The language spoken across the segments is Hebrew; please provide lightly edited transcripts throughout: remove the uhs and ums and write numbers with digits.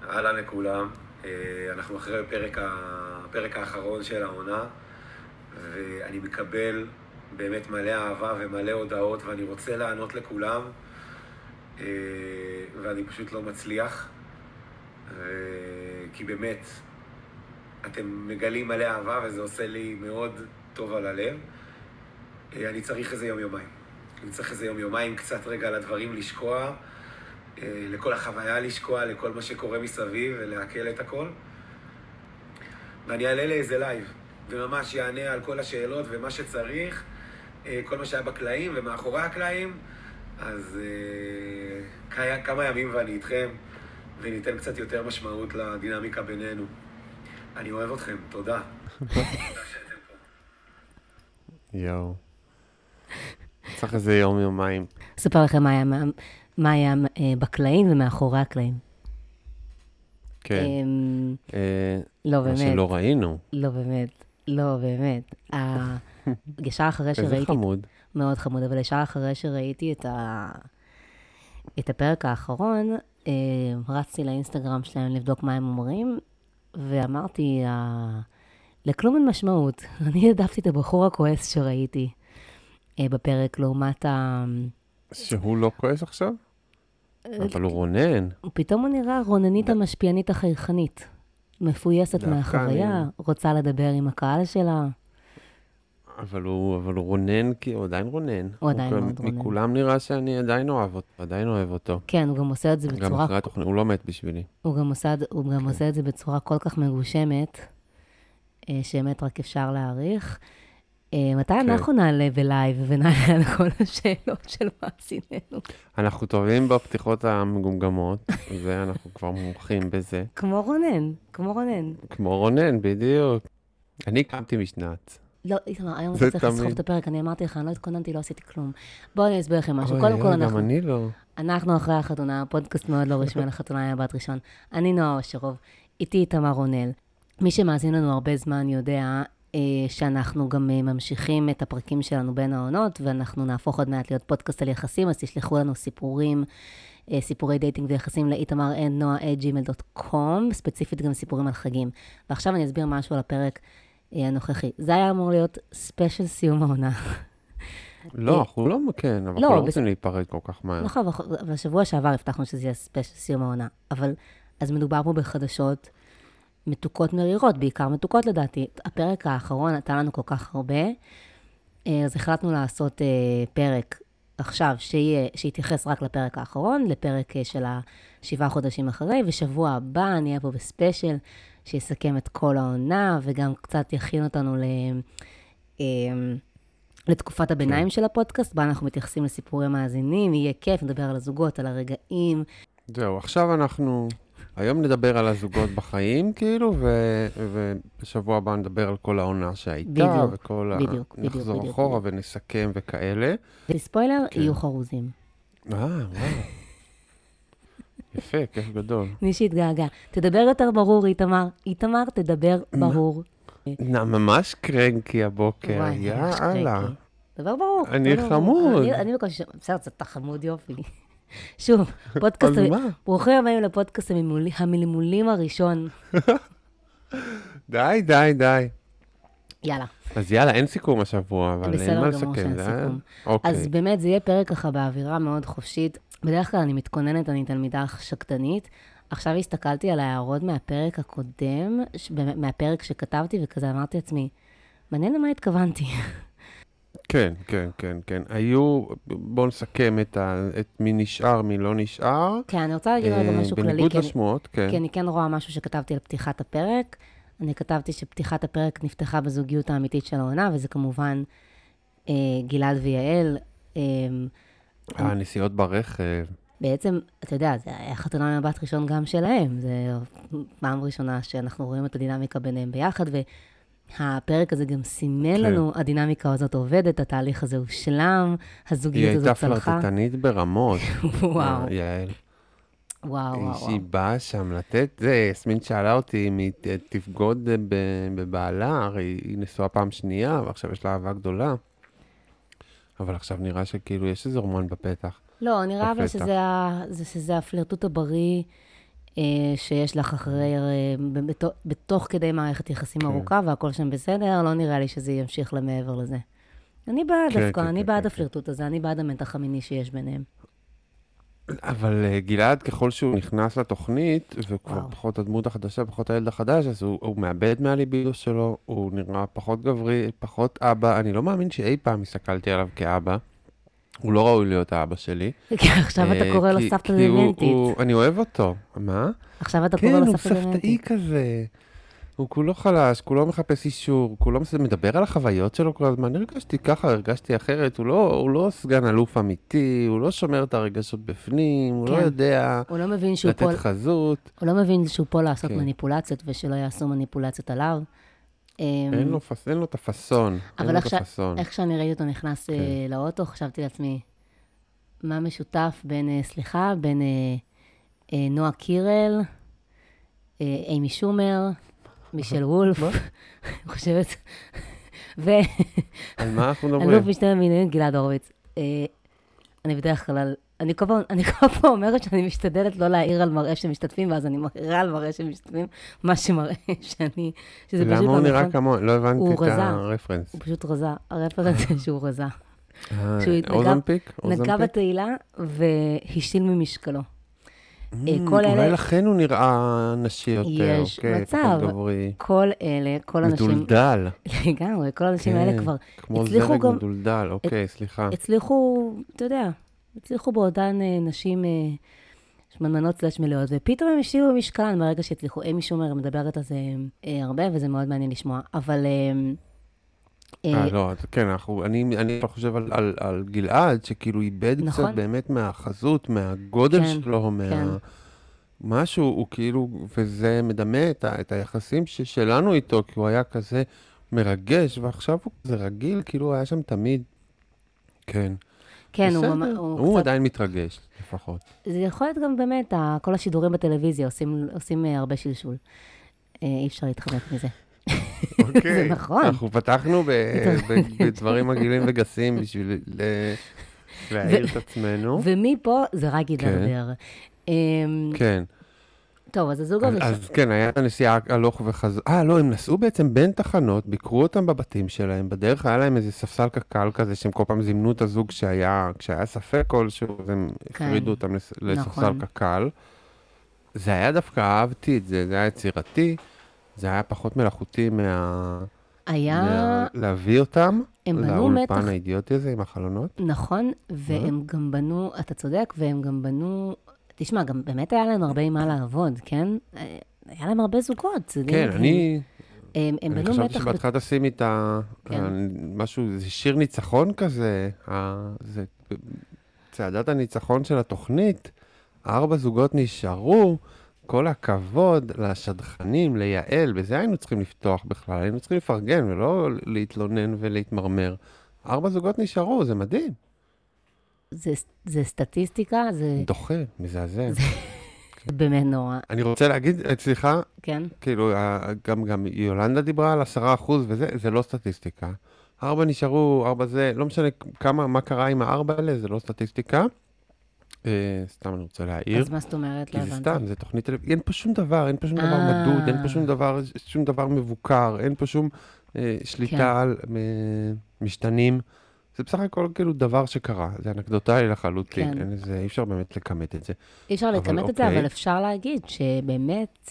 אהלן לכולם, אנחנו אחרי הפרק האחרון של העונה, ואני מקבל באמת מלא אהבה ומלא הודעות, ואני רוצה לענות לכולם, ואני פשוט לא מצליח, כי באמת, אתם מגלים מלא אהבה וזה עושה לי מאוד טוב על הלב. אני צריך איזה יום-יומיים. אני צריך איזה יום-יומיים קצת רגע לדברים לשקוע, לכל החוויה לשקוע, לכל מה שקורה מסביב ולהקל את הכל. ואני אעלה לאיזה לייב, וממש יענה על כל השאלות ומה שצריך, כל מה שהיה בקלעים ומאחורי הקלעים. אז כמה ימים ואני איתכם, וניתן קצת יותר משמעות לדינמיקה בינינו. אני אוהב אתכם, תודה. תודה שאתם פה. יואו. צריך איזה יומיים. אספר לכם מה היה בקלעים ומאחורי הקלעים. כן. לא מה באמת. שלא ראינו. לא באמת. ישר אחרי שראיתי... איזה חמוד. מאוד חמוד, אבל ישר אחרי שראיתי את הפרק האחרון, רצתי לאינסטגרם שלהם לבדוק מה הם אומרים, ואמרתי, לכלום אין משמעות. אני העדפתי את הבחור הכועס שראיתי בפרק, לעומת שהוא לא כועס עכשיו? אבל הוא רונן. פתאום הוא נראה רוננית המשפיענית החייכנית. מפויסת מהחוויה, רוצה לדבר עם הקהל שלה. אבל הוא רונן, כי הוא עדיין רונן. הוא עדיין מאוד רונן. מכולם נראה שאני עדיין אוהב אותו. כן, הוא גם עושה את זה בצורה... גם אחרי התוכנית, הוא לא מת בשבילי. הוא גם עושה את זה בצורה כל כך מגושמת, שאמת רק אפשר להעריך. מתי אנחנו נעלה בלייב ונעלה על כל השאלות של מאזיננו? אנחנו טובים בפתיחות המגומגמות, ואנחנו כבר מומחים בזה. כמו רונן. כמו רונן, בדיוק. אני קמתי משנץ. לא, איתמר, היום אתה צריך לסחוב את הפרק, אני אמרתי לך, אני לא התכוננתי, לא עשיתי כלום. בואו אני אסביר לכם משהו. קודם כל גם אני לא. אנחנו אחרי החתונה, פודקאסט מאוד לא רשמי לחתונה, היה בת ראשון. אני נועה אושרוב, איתי איתמר רונל. מי שמאזין לנו הרבה זמן יודע שאנחנו גם ממשיכים את הפרקים שלנו בין העונות, ואנחנו נהפוך עוד מעט להיות פודקאסט על יחסים, אז תשלחו לנו סיפורי דייטינג ויחסים לאיתמר@noa@gmail.com, ספציפית גם סיפורים על חגים. ועכשיו אני אסביר משהו על הפרק הנוכחי. זה היה אמור להיות ספיישל סיום העונה. לא, אנחנו לא, כן, אבל אנחנו לא רוצים להיפרד כל כך מהר. נכון, בשבוע שעבר הבטחנו שזה יהיה ספיישל סיום העונה, אבל אז מדובר פה בחדשות מתוקות מרירות, בעיקר מתוקות לדעתי. הפרק האחרון נתן לנו כל כך הרבה, אז החלטנו לעשות פרק עכשיו שיתייחס רק לפרק האחרון, לפרק של 7 חודשים אחרי, ושבוע הבא אני אהיה פה בספיישל, שיסכם את כל העונה, וגם קצת יכין אותנו לתקופת הביניים של הפודקאסט, בה אנחנו מתייחסים לסיפורי מאזינים, יהיה כיף, נדבר על הזוגות, על הרגעים. זהו, עכשיו היום נדבר על הזוגות בחיים, כאילו, ובשבוע הבא נדבר על כל העונה שהייתה, בדיוק. נחזור אחורה ונסכם וכאלה. וספוילר, יהיו חרוזים. וואו. יפה, כיף גדול. מי שהתגעגע. תדבר יותר ברור, איתמר, תדבר ברור. ממש קרנקי הבוקר, יאללה. דבר ברור. אני חמוד. אני בקושי, בסדר, אתה חמוד יופי. שוב, פודקאסט, ברוכים הבאים לפודקאסט המלמולים הראשון. די. יאללה. אז יאללה, אין סיכום השבוע, אבל אין מה לסכם. בסדר גמור סיכום. אז באמת זה יהיה פרק ככה באווירה מאוד חופשית. בדרך כלל אני מתכוננת, אני תלמידה שקדנית. עכשיו הסתכלתי על ההערות מהפרק הקודם, מהפרק שכתבתי, וכזה אמרתי לעצמי, מעניין למה התכוונתי. כן. בואו נסכם את מי נשאר, מי לא נשאר. כן, אני רוצה להגיד רגע משהו כללי. בניגוד לשמועות, כן. כי אני כן רואה משהו שכתבתי על פתיחת הפרק. אני כתבתי שפתיחת הפרק נפתחה בזוגיות האמיתית של העונה, וזה כמובן גלעד ויעל. הנסיעות ברכב. בעצם, אתה יודע, זה היה חתונה מבט ראשון גם שלהם. זה פעם ראשונה שאנחנו רואים את הדינמיקה ביניהם ביחד, והפרק הזה גם סימן לנו, הדינמיקה הזאת עובדת, התהליך הזה הושלם, הזוגיות הזאת צלחה. היא הייתה פלרטטנית ברמות. וואו. יעל. וואו. שהיא באה שם לתת, זה, יסמין שאלה אותי אם היא תבגוד בבעלה, הרי היא נשואה פעם שנייה, ועכשיו יש לה אהבה גדולה. אבל עכשיו נראה שכאילו יש איזה רומן בפתח. לא, נראה אבל שזה הפלרטוט הבריא, שיש לך אחרי, בתוך כדי מערכת יחסים ארוכה, והכל שם בסדר, לא נראה לי שזה ימשיך למעבר לזה. אני בעד דווקא, אני בעד הפלירטוט הזה, אני בעד המתח המיני שיש ביניהם. אבל גלעד, ככל שהוא נכנס לתוכנית, וכבר פחות הדמות החדשה, פחות הילד החדש, אז הוא מאבד מהליבידו שלו, הוא נראה פחות גברי, פחות אבא. אני לא מאמין שאי פעם הסתכלתי עליו כאבא. הוא לא ראוי להיות האבא שלי. עכשיו אתה קורא לו סבתא דמנטית. אני אוהב אותו. מה? עכשיו אתה קורא לו סבתא דמנטית. כן, הוא סבתאי כזה. הוא כולו חלש, כולו מחפש אישור, כולו מדבר על החוויות שלו כל הזמן. אני הרגשתי ככה, הרגשתי אחרת. הוא לא סגן אלוף אמיתי, הוא לא שומר את הרגשות בפנים, הוא לא יודע לתת חזות. הוא לא מבין שהוא פה לעשות מניפולציות, ושלא יעשו מניפולציות עליו. אין לו את הפסון. אבל איך שאני ראיתי אותו נכנס לאוטו, חשבתי לעצמי, מה משותף בין נועה קירל, אימי שומר, מישל וולף, אני חושבת, על מה אנחנו מדברים? אלוף משנה במילואים, גלעד הורוביץ. אני בדרך כלל, אני כל פעם אומרת שאני משתדלת לא להעיר על מראה שמשתתפים, ואז אני מעירה על מראה שמשתתפים, מה שמראה שאני, שזה פשוט... למה הוא נראה כמו? לא הבנתי את הרפרנס. הוא פשוט רזה, הרפרנס שהוא רזה. אוזנפיק? נגע בתהילה והשיל ממשקלו. אולי לכן הוא נראה נשי יותר, יש מצב, כל אלה, כל אנשים... מדולדל. לגמרי, כל האנשים האלה כבר כמו זרק מדולדל, אוקיי, סליחה. הצליחו, אתה יודע, הצליחו באותן נשים שמנמנות סלש מלאות, ופתאום הם השאירו במשקלן מהרגע שהצליחו. אימי שומר מדברת על זה הרבה, וזה מאוד מעניין לשמוע, אבל... לא, כן, אני חושב על גלעד, שכאילו איבד קצת באמת מהחזות, מהגודל שלו, משהו, הוא כאילו, וזה מדמה את היחסים שלנו איתו, כי הוא היה כזה מרגש, ועכשיו הוא כזה רגיל, כאילו הוא היה שם תמיד. כן. כן, הוא עדיין מתרגש, לפחות. זה יכול להיות גם באמת, כל השידורים בטלוויזיה עושים הרבה שלשול. אי אפשר להתחמק מזה. אוקיי. זה נכון. אנחנו פתחנו בדברים מגעילים וגסים בשביל להעיר את עצמנו. ומפה זה רק ידרדר. כן. טוב, אז הזוג הראשון. אז כן, היה את הנסיעה הלוך וחזור. לא, הם נסעו בעצם בין תחנות, ביקרו אותם בבתים שלהם, בדרך היה להם איזה ספסל קקל כזה, שהם כל פעם זימנו את הזוג כשהיה ספק כלשהו, אז הם הפרידו אותם לספסל קקל. זה היה דווקא, אהבתי את זה, זה היה יצירתי. זה היה פחות מלאכותי להביא אותם לאולפן האידיוטי הזה עם החלונות. נכון, והם גם בנו, אתה צודק, והם גם בנו, תשמע, גם באמת היה להם הרבה עם מה לעבוד, כן? היה להם הרבה זוגות. כן, אני חשבתי שבהתחלה תשים איתה משהו, זה שיר ניצחון כזה, זה צעדת הניצחון של התוכנית, 4 זוגות נשארו, כל הכבוד לשדכנים, ליעל, בזה היינו צריכים לפתוח בכלל, היינו צריכים לפרגן ולא להתלונן ולהתמרמר. 4 זוגות נשארו, זה מדהים. זה סטטיסטיקה, זה... דוחה, מזעזע. זה באמת נורא. אני רוצה להגיד, סליחה, כן. כאילו, גם יולנדה דיברה על 10% וזה, זה לא סטטיסטיקה. 4 נשארו, 4 זה, לא משנה מה קרה עם 4 האלה, זה לא סטטיסטיקה. סתם אני רוצה להעיר. אז מה זאת אומרת? כי זה סתם, זה תוכנית טלוויזיה. אין פה שום דבר, אין פה שום דבר מדוד, אין פה שום דבר מבוקר, אין פה שום שליטה על משתנים. זה בסך הכל כאילו דבר שקרה, זה אנקדוטלי לחלוטין, אי אפשר באמת לקמת את זה. אי אפשר לקמת את זה, אבל אפשר להגיד שבאמת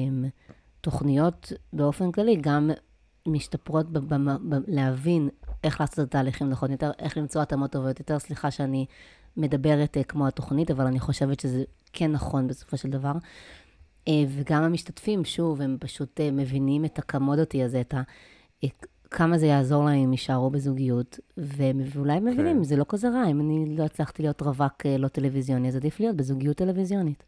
תוכניות באופן כללי גם משתפרות להבין איך לעשות את התהליכים נכון יותר, איך למצוא התאמות טובות יותר. סליחה שאני מדברת כמו התוכנית, אבל אני חושבת שזה כן נכון בסופו של דבר. וגם המשתתפים, שוב, הם פשוט מבינים את הקמודותי הזה, כמה זה יעזור להם אם יישארו בזוגיות, ואולי הם מבינים, זה לא כזה רע, אם אני לא הצלחתי להיות רווק לא טלוויזיוני, אז עדיף להיות בזוגיות טלוויזיונית.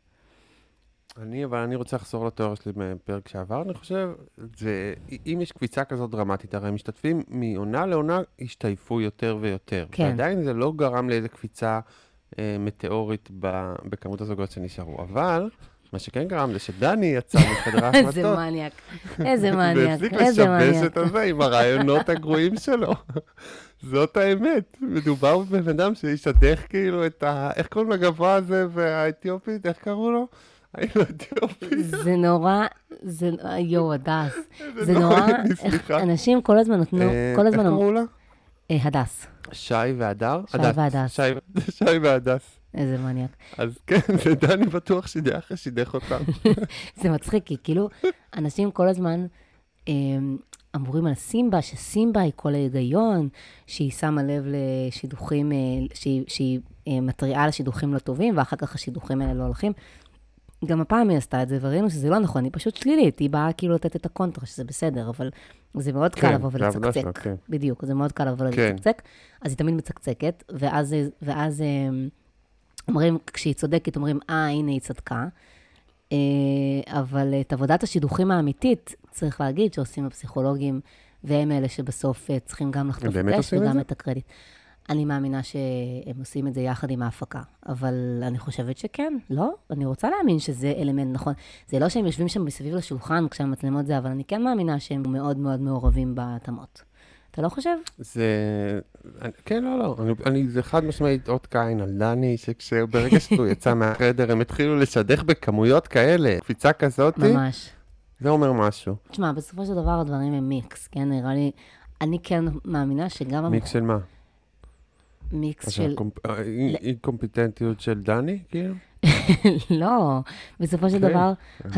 אבל אני רוצה לחזור לתיאוריה שלי בפרק שעבר, אני חושב, אם יש קפיצה כזאת דרמטית, הרי משתתפים מעונה לעונה השתייפו יותר ויותר. כן. ועדיין זה לא גרם לאיזו קפיצה מטאורית בכמות הזוגות שנשארו. אבל מה שכן גרם זה שדני יצא מחדרה השמטות. איזה מניאק, איזה מניאק, והפסיק לשבש את הזה עם הרעיונות הגרועים שלו. זאת האמת. מדובר בבן אדם שישדך כאילו את איך קוראים לגבוה הזה והאתיופית, איך קראו לו? היינו אתיופים. זה נורא, יו, הדס. זה נורא, אנשים כל הזמן נתנו, כל הזמן... איך קראו לה? הדס. שי והדר? שי והדס. שי והדס. איזה מניאק. אז כן, זה דני בטוח שידך אותם. זה מצחיק, כי כאילו, אנשים כל הזמן אמורים על סימבה, שסימבה היא כל ההיגיון, שהיא שמה לב לשידוכים, שהיא מטריעה לשידוכים לא טובים, ואחר כך השידוכים האלה לא הולכים. גם הפעם היא עשתה את זה, וראינו שזה לא נכון, היא פשוט שלילית, היא באה כאילו לתת את הקונטרה, שזה בסדר, אבל זה מאוד קל לבוא ולצקצק. בדיוק, זה מאוד קל לבוא ולצקצק, אז היא תמיד מצקצקת, ואז אומרים, כשהיא צודקת, אומרים, הנה היא צדקה, אבל את עבודת השידוכים האמיתית, צריך להגיד שעושים הפסיכולוגים, והם אלה שבסוף צריכים גם לחטוף את אש וגם את הקרדיט. אני מאמינה שהם עושים את זה יחד עם ההפקה, אבל אני חושבת שכן, לא? אני רוצה להאמין שזה אלמנט נכון. זה לא שהם יושבים שם מסביב לשולחן כשהמצלמות זה, אבל אני כן מאמינה שהם מאוד מאוד מעורבים בהתאמות. אתה לא חושב? כן, לא. זה חד משמעית אות קין על דני, שברגע שהוא יצא מהחדר, הם התחילו לשדך בכמויות כאלה, קפיצה כזאת. ממש. זה אומר משהו. תשמע, בסופו של דבר הדברים הם מיקס, כן? נראה לי, אני כן מאמינה שגם... מיקס של מה? מיקס של... אינקומפיטנטיות של דני, כאילו? לא, בסופו של דבר,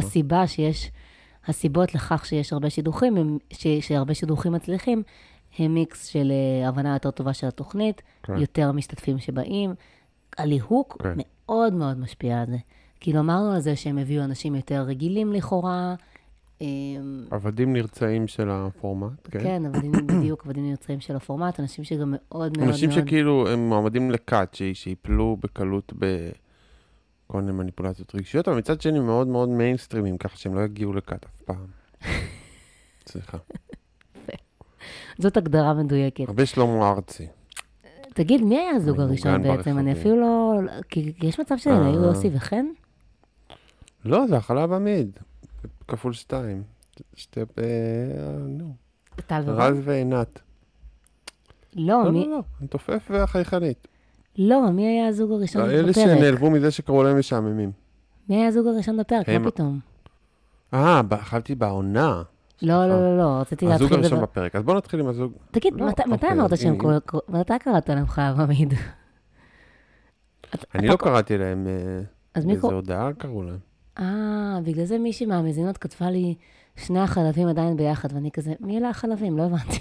הסיבות לכך שיש הרבה שידוכים, שהרבה שידוכים מצליחים, הם מיקס של הבנה יותר טובה של התוכנית, יותר משתתפים שבאים. הליהוק מאוד מאוד משפיע על זה. כאילו אמרנו על זה שהם הביאו אנשים יותר רגילים לכאורה. עבדים נרצאים של הפורמט, כן? כן, בדיוק עבדים נרצאים של הפורמט, אנשים שגם מאוד מאוד... אנשים שכאילו הם מועמדים לקאט, שיפלו בקלות בכל מיני מניפולציות רגשיות, אבל מצד שני מאוד מאוד מיינסטרימים, ככה שהם לא יגיעו לקאט אף פעם. סליחה. זאת הגדרה מדויקת. הרבה שלמה ארצי. תגיד, מי היה הזוג הראשון בעצם? אני אפילו לא... כי יש מצב שלהם, היו יוסי וחן? לא, זה החלב עמיד. כפול 2. טל ורון? רז ועינת. לא, מי... לא, תופף והחייכנית. לא, מי היה הזוג הראשון בפרק? אלה שנעלבו מזה שקראו להם משעממים. מי היה הזוג הראשון בפרק? מה פתאום? חשבתי בעונה. לא, רציתי להתחיל... הזוג הראשון בפרק, אז בוא נתחיל עם הזוג... תגיד, מתי אמרת שהם מתי קראת להם חייב עמיד? אני לא קראתי להם... איזו הודעה קראו להם. בגלל זה מישהי מהמזינות כתבה לי, שני החלבים עדיין ביחד, ואני כזה, מי אלה החלבים? לא הבנתי.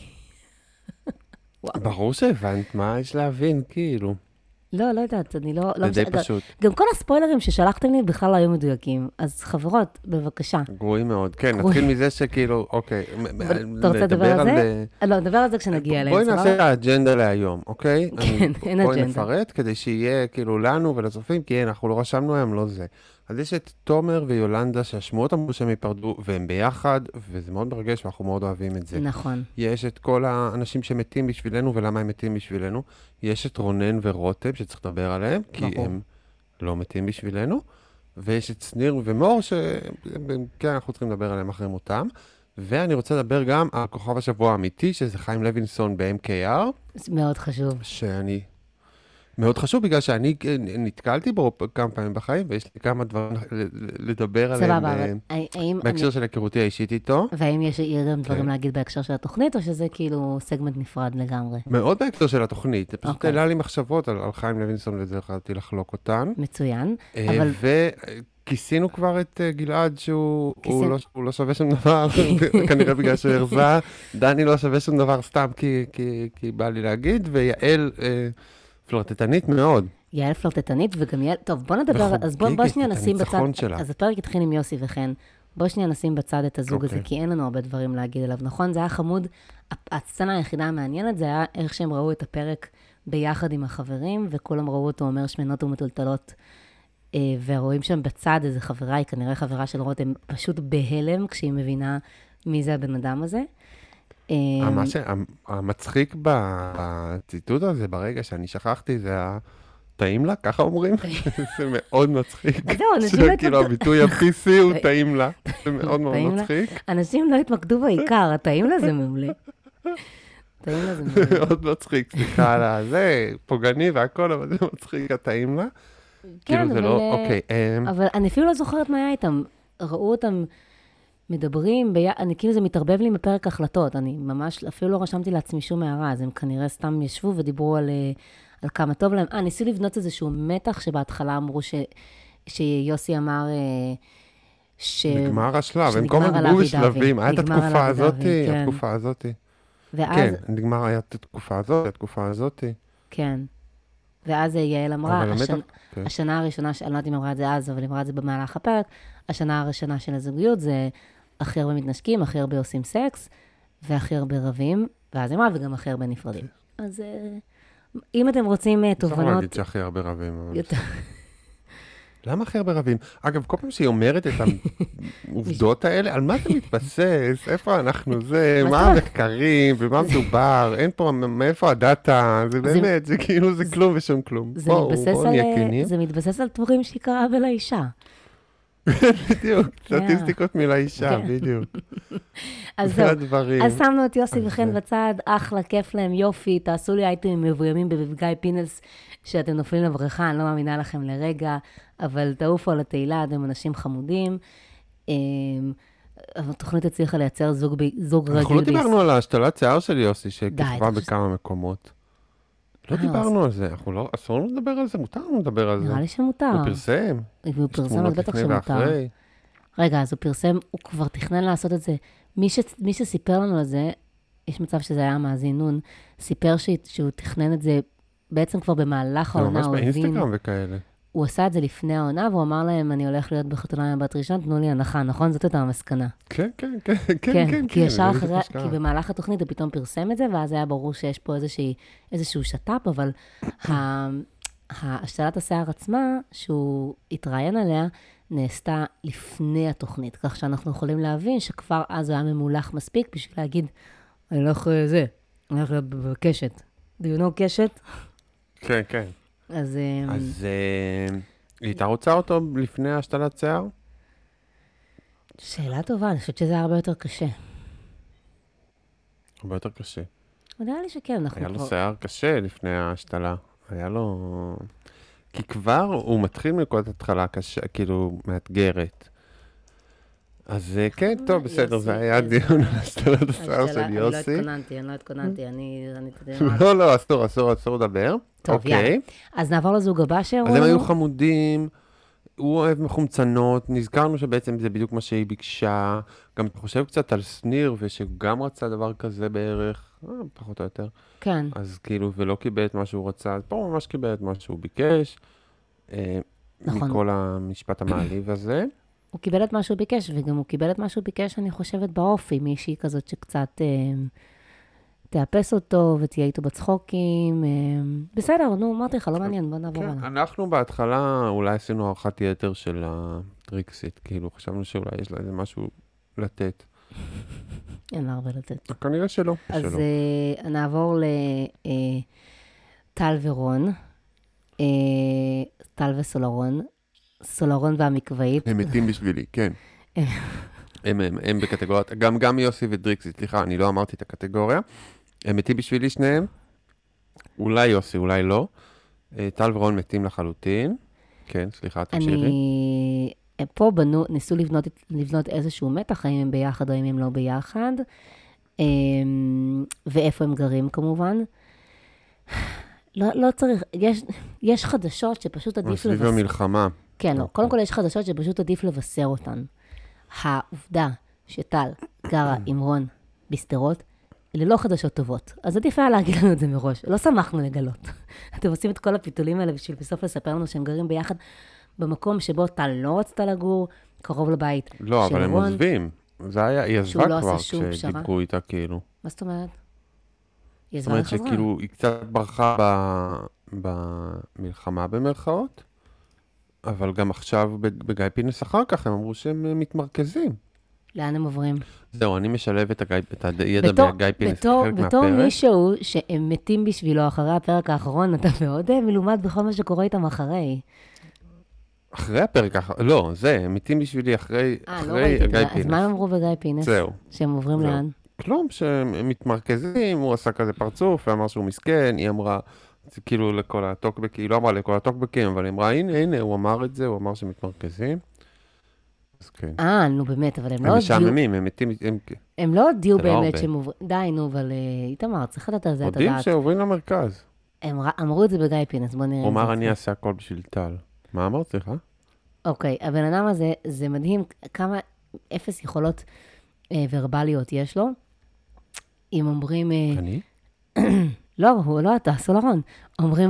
ברור שהבנת, מה יש להבין, כאילו. לא יודעת, אני לא... זה די פשוט. גם כל הספוילרים ששלחתם לי בכלל לא היו מדויקים. אז חברות, בבקשה. גרועים מאוד. כן, נתחיל מזה שכאילו, אוקיי. אתה רוצה לדבר על זה? לא, נדבר על זה כשנגיע אליהם. בואי נעשה האג'נדה להיום, אוקיי? כן, אין אג'נדה. בואי נפרט כדי שיהיה כאילו לנו ולצופים, כי אנחנו לא רשמנו היום, לא זה. אז יש את תומר ויולנדה שהשמועות אמרו שהם ייפרדו, והם ביחד, וזה מאוד מרגש ואנחנו מאוד אוהבים את זה. נכון. יש את כל האנשים שמתים בשבילנו, ולמה הם מתים בשבילנו. יש את רונן ורותם שצריך לדבר עליהם, כי הם לא מתים בשבילנו. ויש את שניר ומור, שכן אנחנו צריכים לדבר עליהם אחרי מותם. ואני רוצה לדבר גם על כוכב השבוע האמיתי, שזה חיים לוינסון ב-MKR. זה מאוד חשוב. שאני... מאוד חשוב, בגלל שאני נתקלתי בו כמה פעמים בחיים, ויש לי כמה דברים לדבר עליהם בהקשר של היכרותי האישית איתו. והאם יש גם דברים להגיד בהקשר של התוכנית, או שזה כאילו סגמנט נפרד לגמרי? מאוד בהקשר של התוכנית. זה פשוט העלה לי מחשבות על חיים לוינסון, וזה החלטתי לחלוק אותן. מצוין. וכיסינו כבר את גלעד, שהוא לא שווה שום דבר, כנראה בגלל שהוא הרזה. דני לא שווה שום דבר סתם, כי בא לי להגיד, ויעל... פלרטטנית מאוד. יעל פלרטטנית, וגם יעל... טוב, בוא נדבר, אז בוא שנייה נשים בצד... אז הפרק התחיל עם יוסי וחן. בוא שנייה נשים בצד את הזוג הזה, כי אין לנו הרבה דברים להגיד עליו. נכון, זה היה חמוד. הסצנה היחידה המעניינת, זה היה איך שהם ראו את הפרק ביחד עם החברים, וכולם ראו אותו אומר שמנות ומטולטלות, ורואים שם בצד איזה חברה, היא כנראה חברה של רותם, פשוט בהלם, כשהיא מבינה מי זה הבן אדם הזה. המצחיק בציטוט הזה, ברגע שאני שכחתי, זה טעים לה, ככה אומרים? זה מאוד מצחיק. כאילו הביטוי ה-PC הוא טעים לה. זה מאוד מאוד מצחיק. אנשים לא התמקדו בעיקר, הטעים לה זה מעולה. טעים לה זה מעולה. מאוד מצחיק, סליחה על זה, פוגעני והכל, אבל זה מצחיק, הטעים לה. כן, זה לא, אוקיי. אבל אני אפילו לא זוכרת מה היה איתם. ראו אותם מדברים, אני כאילו זה מתערבב לי מפרק החלטות. אני ממש, אפילו לא רשמתי לעצמי שום הערה, אז הם כנראה סתם ישבו ודיברו על כמה טוב להם. ניסו לבנות איזשהו מתח שבהתחלה אמרו שיוסי אמר נגמר השלב, הם כל הזמן דיברו בשלבים, הייתה התקופה הזאת. כן, נגמר, היה התקופה הזאת. כן. ואז יעל אמרה, השנה הראשונה, אני לא יודעת אם אמרה את זה אז, אבל אמרה את זה במהלך הפרק, השנה הראשונה של הזוגיות זה הכי הרבה מתנשקים, הכי הרבה עושים סקס, והכי הרבה רבים, ואז אמרה, וגם הכי הרבה נפרדים. אז אם אתם רוצים תובנות... צריך להגיד שהכי הרבה רבים. למה הכי הרבה רבים? אגב, כל פעם שהיא אומרת את העובדות האלה, על מה זה מתבסס? איפה אנחנו זה? מה המחקרים? ומה מדובר? אין פה, מאיפה הדאטה? זה באמת, זה כאילו, זה כלום ושום כלום. זה מתבסס על דברים שהיא קראה ולאישה. בדיוק, סטטיסטיקות מלאישה, בדיוק. אז זהו, אז שמנו את יוסי וחן בצד, אחלה, כיף להם, יופי, תעשו לי אייטמים מבוימים בגיא פינס, שאתם נופלים לבריכה, אני לא מאמינה לכם לרגע, אבל תעופו על התהילה, אתם אנשים חמודים. התוכנית הצליחה לייצר זוג רגיל. אנחנו לא דיברנו על השתלת שיער של יוסי, שכתבה בכמה מקומות. לא דיברנו על זה, אסור לנו לדבר על זה, מותר לנו לדבר על זה. נראה לי שמותר. הוא פרסם. הוא פרסם, אז בטח שמותר. רגע, אז הוא פרסם, הוא כבר תכנן לעשות את זה. מי שסיפר לנו על זה, יש מצב שזה היה מאזין נון, סיפר שהוא תכנן את זה בעצם כבר במהלך העונה. ממש באינסטגרם וכאלה. הוא עשה את זה לפני העונה, והוא אמר להם, אני הולך להיות בחתונה עם בת ראשון, תנו לי הנחה, נכון? זאת הייתה המסקנה. כן. כי ישר אחרי, כי במהלך התוכנית הוא פתאום פרסם את זה, ואז היה ברור שיש פה איזשהו שטאפ, אבל השתלת השיער עצמה, שהוא התראיין עליה, נעשתה לפני התוכנית, כך שאנחנו יכולים להבין שכבר אז הוא היה ממולח מספיק בשביל להגיד, אני הולך להיות בקשת. Do you know קשת? כן. אז היא הייתה רוצה אותו לפני השתלת שיער? שאלה טובה, אני חושבת שזה היה הרבה יותר קשה. הרבה יותר קשה. נראה לי שכן, אנחנו היה לו שיער קשה לפני ההשתלה. היה לו... כי כבר הוא מתחיל מנקודת התחלה קשה, כאילו מאתגרת. אז כן, טוב, בסדר, זה היה דיון על השתלת השיער של יוסי. אני לא התכוננתי, לא, אסור לדבר. טוב, יאללה. אז נעבור לזוג הבא שהראו. אז הם היו חמודים, הוא אוהב מחומצנות, נזכרנו שבעצם זה בדיוק מה שהיא ביקשה, גם חושב קצת על שניר, ושגם רצה דבר כזה בערך, פחות או יותר. כן. אז כאילו, ולא קיבל את מה שהוא רצה, אז פה הוא ממש קיבל את מה שהוא ביקש, מכל המשפט המעליב הזה. הוא קיבל את מה שהוא ביקש, וגם הוא קיבל את מה שהוא ביקש, אני חושבת, באופי, מישהי כזאת שקצת תאפס אותו ותהיה איתו בצחוקים. בסדר, נו, אמרתי לך, לא מעניין, בוא נעבור עליו. אנחנו בהתחלה אולי עשינו הערכת יתר של הטריקסית, כאילו חשבנו שאולי יש לה איזה משהו לתת. אין לה הרבה לתת. כנראה שלא. אז נעבור לטל ורון, טל וסולרון, סולרון והמקוואית. הם מתים בשבילי, כן. הם בקטגוריית, גם יוסי ודריקסית, סליחה, אני לא אמרתי את הקטגוריה. הם מתים בשבילי שניהם. אולי יוסי, אולי לא. טל ורון מתים לחלוטין. כן, סליחה, תמשיכי. פה ניסו לבנות איזשהו מתח, האם הם ביחד או האם הם לא ביחד. ואיפה הם גרים כמובן. לא צריך, יש חדשות שפשוט עדיף לבשר. סביב המלחמה. כן, לא. קודם כל יש חדשות שפשוט עדיף לבשר אותן. העובדה שטל גרה עם רון בסדרות, אלה לא חדשות טובות. אז עדיף היה להגיד לנו את זה מראש. לא שמחנו לגלות. אתם עושים את כל הפיתולים האלה בשביל בסוף לספר לנו שהם גרים ביחד במקום שבו טל לא רצתה לגור, קרוב לבית של רון. לא, אבל הם עוזבים. זה היה, היא עזבה כבר כשדיברו איתה כאילו. מה זאת אומרת? היא עזבה לחזרה. זאת אומרת שכאילו היא קצת ברחה במלחמה במרכאות, אבל גם עכשיו בגיא פינס אחר כך הם אמרו שהם מתמרכזים. לאן הם עוברים? זהו, אני משלב את הידע בגיא פינס כחלק מהפרק. בתור מישהו שהם מתים בשבילו אחרי הפרק האחרון, אתה מאוד מלומד בכל מה שקורה איתם אחרי. אחרי הפרק האחרון? לא, הם מתים בשבילי אחרי גיא פינס. אז מה הם אמרו בגיא פינס? זהו. שהם עוברים לאן? כלום, שהם מתמרכזים, הוא עשה כזה פרצוף, ואמר שהוא מסכן, היא אמרה, זה כאילו לכל הטוקבקים, היא לא אמרה לכל הטוקבקים, אבל היא אמרה, הנה, הוא אמר את זה, הוא אמר שמתמרכזים. אז כן. נו באמת, אבל הם לא הם הודיעו... משעממים, הם מתים... הם לא הודיעו זה לא באמת הרבה. שהם עוברים... די, נו, אבל איתמר, צריך לתת על זה את הודיעים הדעת. שעוברים למרכז. הם אמרו את זה בגיא פינס, בוא נראה. הוא אמר, אני אעשה הכל בשביל טל. מה אמרת, סליחה? אוקיי, הבן אדם הזה, זה מדהים כמה אפס יכולות ורבליות יש לו. אם אומרים... אני? לא, הוא לא אתה, סולרון. אומרים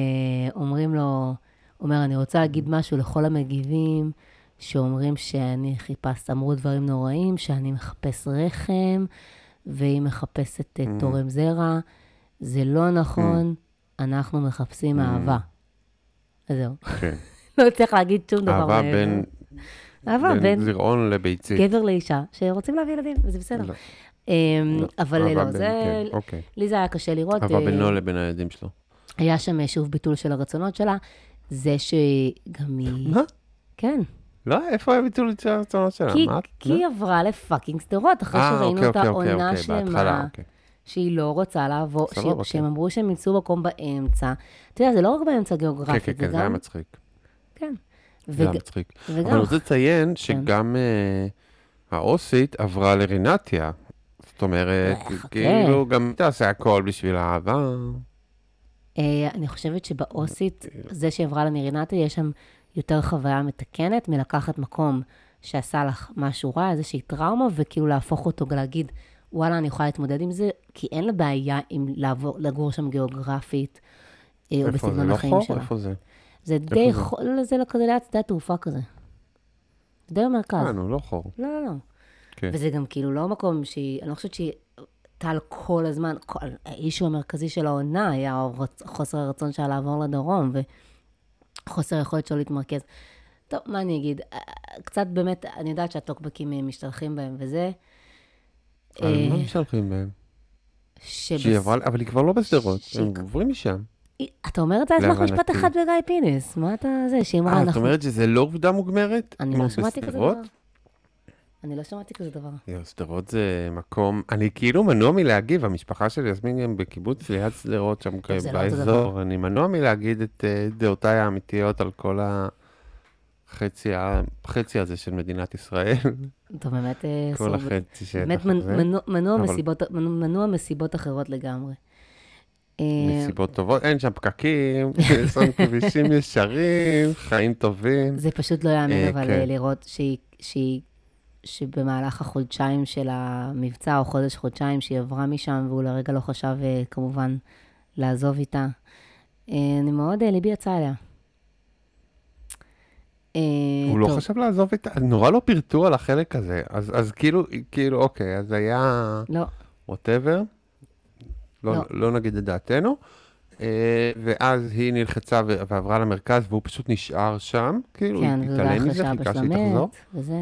לו, אומר, אני רוצה להגיד משהו לכל המגיבים, שאומרים שאני חיפש, אמרו דברים נוראים, שאני מחפש רחם, והיא מחפשת תורם זרע. זה לא נכון, אנחנו מחפשים אהבה. אז זהו. כן. לא צריך להגיד שום דבר. אהבה בין זרעון לביצית. גבר לאישה, שרוצים להביא ילדים, וזה בסדר. אבל לא, זה... לי זה היה קשה לראות. אהבה בינו לבין הילדים שלו. היה שם שוב ביטול של הרצונות שלה, זה שגם היא... מה? כן. לא, איפה היה ביטול של הרצונות שלה? כי היא עברה לפאקינג סדרות, אחרי שראינו את העונה שלמה, שהיא לא רוצה לעבור, שהם אמרו שהם ימצאו מקום באמצע. אתה יודע, זה לא רק באמצע גיאוגרפית, כן, זה היה מצחיק. כן. זה היה מצחיק. אבל אני רוצה לציין שגם האוסית עברה לרינתיה. זאת אומרת, כאילו גם תעשה הכל בשביל האהבה. אני חושבת שבאוסית, זה שעברה לרינתיה, יש שם יותר חוויה מתקנת, מלקחת מקום שעשה לך משהו רע, איזושהי טראומה, וכאילו להפוך אותו ולהגיד, וואלה, אני יכולה להתמודד עם זה, כי אין לה בעיה עם לגור שם גיאוגרפית, או בסגנון החיים שלה. איפה זה? זה די חור, זה כזה ליד שדה התעופה כזה. זה די במרכז. נו, לא חור. לא. וזה גם כאילו לא מקום שהיא, אני לא חושבת שהיא טל כל הזמן, האישו המרכזי של העונה היה חוסר הרצון שלה לעבור לדרום, וחוסר היכולת שלו להתמרכז. טוב, מה אני אגיד? קצת באמת, אני יודעת שהטוקבקים משתלחים בהם, וזה... על מה משתלחים בהם? אבל היא כבר לא בסדרות, הם עוברים משם. אתה אומר את זה, יש לך משפט אחד בגיא פינס. מה אתה זה? את אומרת שזה לא עובדה מוגמרת? אני לא שמעתי כזה דבר. אני לא שמעתי כזה דבר. סדרות זה מקום, אני כאילו מנוע מלהגיב, המשפחה של יסמין הם בקיבוץ ליד סדרות שם באזור, אני מנוע מלהגיד את דעותיי האמיתיות על כל החצי הזה של מדינת ישראל. אתה באמת... כל החצי שטח הזה. באמת מנוע מסיבות אחרות לגמרי. מסיבות טובות, אין שם פקקים, יש שם כבישים ישרים, חיים טובים. זה פשוט לא יאמן, אבל לראות שבמהלך החודשיים של המבצע, או חודשיים שהיא עברה משם, והוא לרגע לא חשב כמובן לעזוב איתה. אני מאוד, ליבי יצא אליה. הוא לא חשב לעזוב איתה, נורא לא פרטו על החלק הזה, אז כאילו, אוקיי, אז היה... לא. whatever. לא נגיד את דעתנו, ואז היא נלחצה ועברה למרכז, והוא פשוט נשאר שם, כאילו, כן, התעלם מזה, חיכה שהיא תחזור. וזה.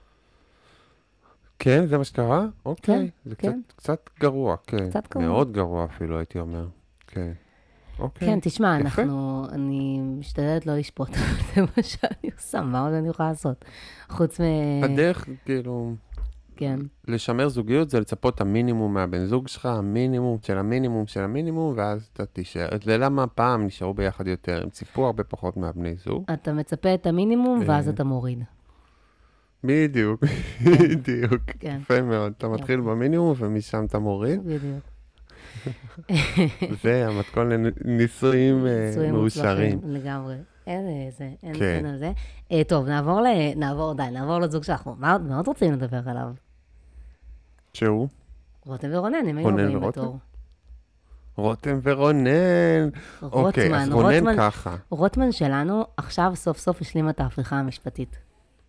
כן, זה מה שקרה? אוקיי, זה קצת גרוע, כן. קצת גרוע. מאוד גרוע אפילו, הייתי אומר. כן. אוקיי. כן, תשמע, אני משתדלת לא לשפוט, זה מה שאני עושה, מה עוד אני יכולה לעשות? חוץ הדרך, כאילו... כן. לשמר זוגיות זה לצפות את המינימום מהבן זוג שלך, המינימום של המינימום של המינימום, ואז אתה תישאר. זה למה פעם נשארו ביחד יותר, הם ציפו הרבה פחות מהבני זוג. אתה מצפה את המינימום, ואז אתה מוריד. בדיוק. יפה מאוד. אתה מתחיל במינימום, ומשם אתה מוריד. בדיוק. זה המתכון לנישואים מאושרים. לגמרי. אין על זה. טוב, נעבור לזוג שאנחנו מאוד רוצים לדבר עליו. שהוא? רותם ורונן, הם היו הבאים בתור. רותם ורונן. אוקיי, אז רונן ככה. רוטמן שלנו עכשיו סוף סוף השלימה את ההפיכה המשפטית.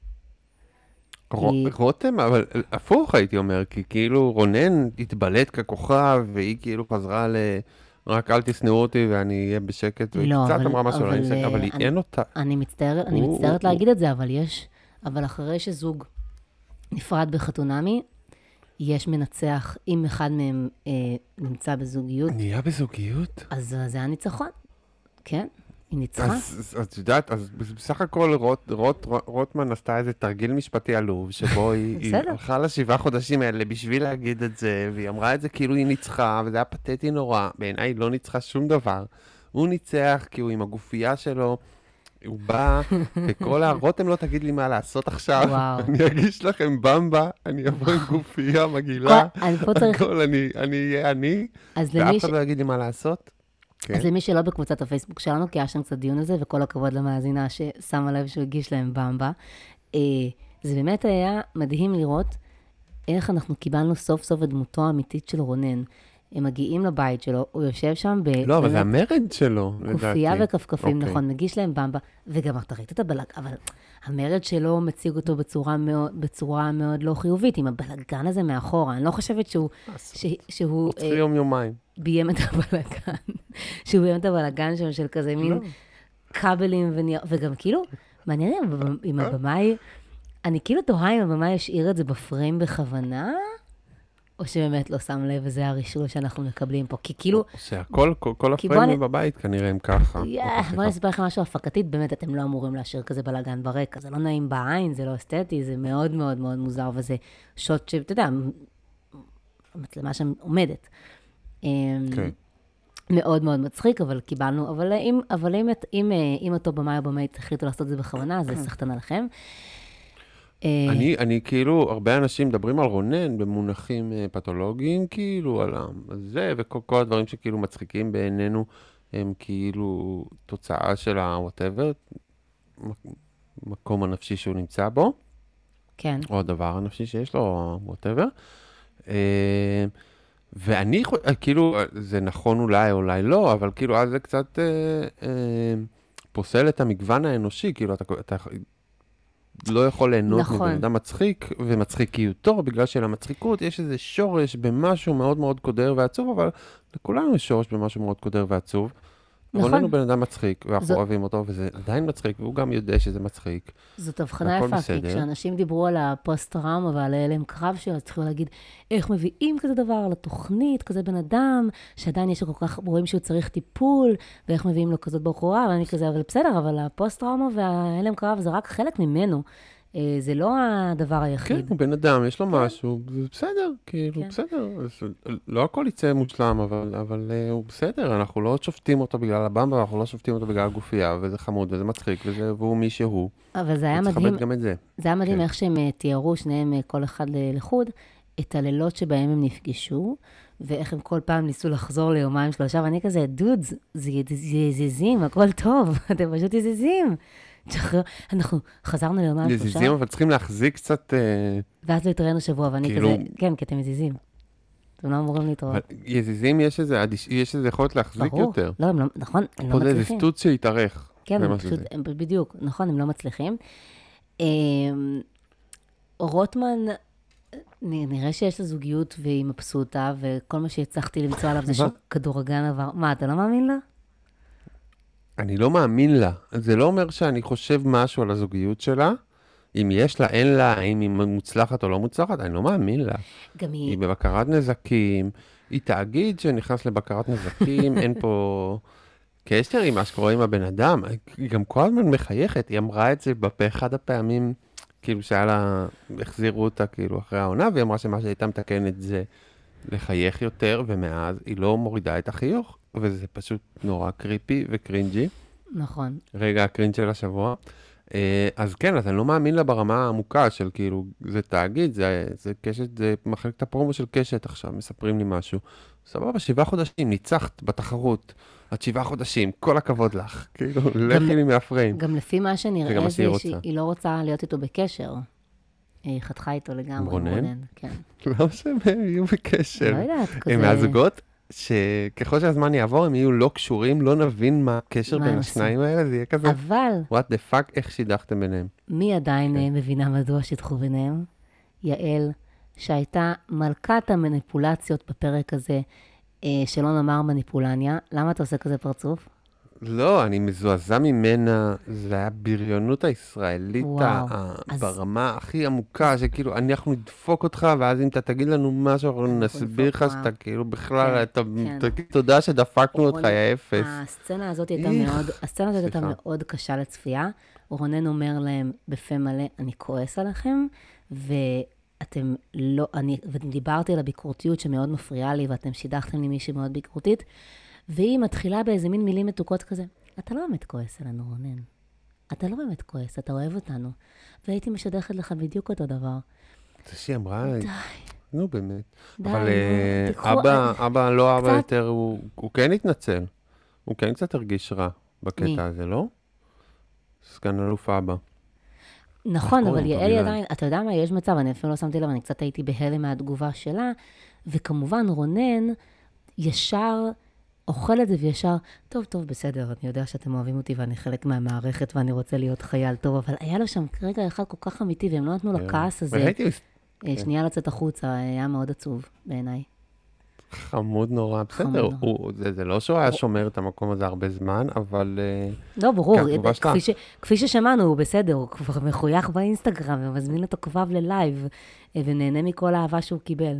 רותם, אבל הפוך הייתי אומר, כי כאילו רונן התבלט ככוכב, והיא כאילו חזרה רק אל תסנעו אותי ואני אהיה בשקט, והיא קצת אמרה משהו, אבל היא אין אותה. אני מצטערת להגיד את זה, אבל אחרי שזוג נפרד בחתונמי, יש מנצח, אם אחד מהם נמצא בזוגיות. נהיה בזוגיות? אז זה היה ניצחון, כן. היא ניצחה. אז את יודעת, אז בסך הכל רוטמן עשתה איזה תרגיל משפטי עלוב, שבו היא הלכה ל7 חודשים האלה בשביל להגיד את זה, והיא אמרה את זה כאילו היא ניצחה, וזה היה פתטי נורא. בעיניי היא לא ניצחה שום דבר. הוא ניצח כי הוא עם הגופייה שלו, הוא בא, וכל רותם לא תגיד לי מה לעשות עכשיו, אני אגיש לכם במבה, אני אבוא עם גופייה מגעילה, הכל, אני אהיה אני, ואף אחד לא יגיד לי מה לעשות. אז למי שלא בקבוצת הפייסבוק שלנו, כי היה שם קצת דיון הזה, וכל הכבוד למאזינה ששמה לב שהוא הגיש להם במבה, זה באמת היה מדהים לראות איך אנחנו קיבלנו סוף סוף את דמותו האמיתית של רונן. הם מגיעים לבית שלו, הוא יושב שם לא, אבל זה המרד שלו, לדעתי. קופייה וכפכפים, נכון, מגיש להם במבה, וגם אתה ראית את הבלג, אבל המרד שלו מציג אותו בצורה מאוד לא חיובית, עם הבלגן הזה מאחורה. אני לא חושבת שהוא הוא צריך יום-יומיים. ביים את הבלגן. שהוא ביים את הבלגן שם של כזה מין כבלים וגם כאילו, מעניין עם הבמאי, אני כאילו תוהה אם הבמאי ישאיר את זה בפריים בכוונה, או שבאמת לא שם לב, וזה הרישול שאנחנו מקבלים פה. כי כאילו... שהכל, כל הפריימים בבית כנראה הם ככה. בוא נספר לכם משהו הפקתית, באמת אתם לא אמורים להשאיר כזה בלגן ברקע. זה לא נעים בעין, זה לא אסתטי, זה מאוד מאוד מאוד מוזר, וזה שוט שאתה יודע, המצלמה שם עומדת. מאוד מאוד מצחיק, אבל קיבלנו, אבל אם אותו במאי או במאית החליטו לעשות את זה בכוונה, אז זה סחטן עליכם. אני כאילו, הרבה אנשים מדברים על רונן במונחים פתולוגיים, כאילו, על זה, וכל הדברים שכאילו מצחיקים בעינינו, הם כאילו תוצאה של ה-whatever, מקום הנפשי שהוא נמצא בו. כן. או הדבר הנפשי שיש לו, whatever. ואני, כאילו, זה נכון אולי לא, אבל כאילו, אז זה קצת פוסל את המגוון האנושי, כאילו, אתה לא יכול ליהנות מבן אדם מצחיק, ומצחיקיותו, בגלל שלמצחיקות יש איזה שורש במשהו מאוד מאוד קודר ועצוב, אבל לכולנו יש שורש במשהו מאוד קודר ועצוב. רונן הוא בן אדם מצחיק, ואנחנו אוהבים אותו, וזה עדיין מצחיק, והוא גם יודע שזה מצחיק. זאת הבחנה יפה, כי כשאנשים דיברו על הפוסט-טראומה ועל ההלם קרב שלו, אז צריכים להגיד, איך מביאים כזה דבר לתוכנית, כזה בן אדם, שעדיין יש לו כל כך, רואים שהוא צריך טיפול, ואיך מביאים לו כזאת בחורה, ואני כזה, אבל בסדר, אבל הפוסט-טראומה וההלם קרב זה רק חלק ממנו. זה לא הדבר היחיד. כן, הוא בן אדם, יש לו משהו, זה בסדר, כאילו, בסדר. לא הכל יצא מושלם, אבל הוא בסדר, אנחנו לא שופטים אותו בגלל הבמבה, אנחנו לא שופטים אותו בגלל הגופייה, וזה חמוד, וזה מצחיק, והוא מי שהוא. אבל זה היה מדהים, זה היה מדהים איך שהם תיארו, שניהם כל אחד לחוד, את הלילות שבהם הם נפגשו, ואיך הם כל פעם ניסו לחזור ליומיים שלושה, ואני כזה, דודס, זה יזיזים, הכל טוב, אתם פשוט יזיזים. אנחנו חזרנו ליומיים שלושה. יזיזים, אבל צריכים להחזיק קצת... ואז לא התראינו שבוע, ואני כזה, כן, כי אתם יזיזים. אתם לא אמורים להתראות. יזיזים יש איזה יכולת להחזיק יותר. לא, נכון, הם לא מצליחים. פה זה איזה סטוץ שהתארך. כן, בדיוק, נכון, הם לא מצליחים. רוטמן, נראה שיש לה זוגיות והיא מבסוטה, וכל מה שהצלחתי למצוא עליו זה שכדורגלן עבר. מה, אתה לא מאמין לה? אני לא מאמין לה. זה לא אומר שאני חושב משהו על הזוגיות שלה. אם יש לה, אין לה, האם היא מוצלחת או לא מוצלחת, אני לא מאמין לה. גם היא בבקרת נזקים, היא תאגיד שנכנס לבקרת נזקים, אין פה קשר עם מה שקורה עם הבן אדם. היא גם כל הזמן מחייכת, היא אמרה את זה בפה אחד הפעמים, כאילו שהיה לה, החזירו אותה כאילו אחרי העונה, והיא אמרה שמה שהייתה מתקנת זה לחייך יותר, ומאז היא לא מורידה את החיוך. וזה פשוט נורא קריפי וקרינג'י. נכון. רגע הקרינג' של השבוע. אז כן, אז אני לא מאמין לה ברמה העמוקה של כאילו, זה תאגיד, זה קשת, זה מחלקת הפרומו של קשת עכשיו, מספרים לי משהו. סבבה, 7 חודשים, ניצחת בתחרות, עד 7 חודשים, כל הכבוד לך. כאילו, לכי לי מהפריים. גם לפי מה שנראה זה שהיא לא רוצה להיות איתו בקשר. היא חתכה איתו לגמרי. רונן? כן. למה שהם יהיו בקשר? לא יודעת, כזה... הם מהזוגות? שככל שהזמן יעבור, הם יהיו לא קשורים, לא נבין מה הקשר בין השניים האלה, זה יהיה כזה, אבל... what the fuck, איך שידכתם ביניהם? מי עדיין מבינה מדוע שידחו ביניהם? יעל, שהייתה מלכת המניפולציות בפרק הזה, שלא נאמר מניפולניה. למה אתה עושה כזה פרצוף? לא, אני מזועזע ממנה, זה היה בריונות הישראלית ברמה הכי עמוקה, שכאילו אנחנו נדפוק אותך, ואז אם אתה תגיד לנו משהו, נסביר לך שאתה כאילו בכלל, תגיד תודה שדפקנו אותך, יא אפס. הסצנה הזאת הייתה מאוד קשה לצפייה, רונן אומר להם בפה מלא, אני כועס עליכם, ואתם לא, ודיברתי על הביקורתיות שמאוד מפריעה לי, ואתם שידכתם לי מישהי מאוד ביקורתית, והיא מתחילה באיזה מין מילים מתוקות כזה. אתה לא באמת כועס עלינו, רונן. אתה לא באמת כועס, אתה אוהב אותנו. והייתי משדכת לך בדיוק אותו דבר. זה שהיא אמרה... די. נו, באמת. די, אבל תיקחו... אבא לא אבא קצת... יותר, הוא כן התנצל. הוא כן קצת הרגיש רע בקטע הזה, לא? סגן אלוף אבא. נכון, אבל יעל עדיין, אתה יודע מה, יש מצב, אני אפילו לא שמתי לב, אני קצת הייתי בהלם מהתגובה שלה, וכמובן רונן ישר אוכל את זה וישר, טוב, בסדר, אני יודע שאתם אוהבים אותי ואני חלק מהמערכת ואני רוצה להיות חייל טוב, אבל היה לו שם רגע אחד כל כך אמיתי, והם לא נתנו לכעס הזה, שנייה לצאת החוצה, היה מאוד עצוב בעיניי. חמוד נורא, בסדר, זה לא שהוא היה שומר את המקום הזה הרבה זמן, אבל... לא, ברור, כפי ששמענו, הוא בסדר, הוא כבר מחוייך באינסטגרם, ומזמין אותו כבר ללייב, ונהנה מכל האהבה שהוא קיבל.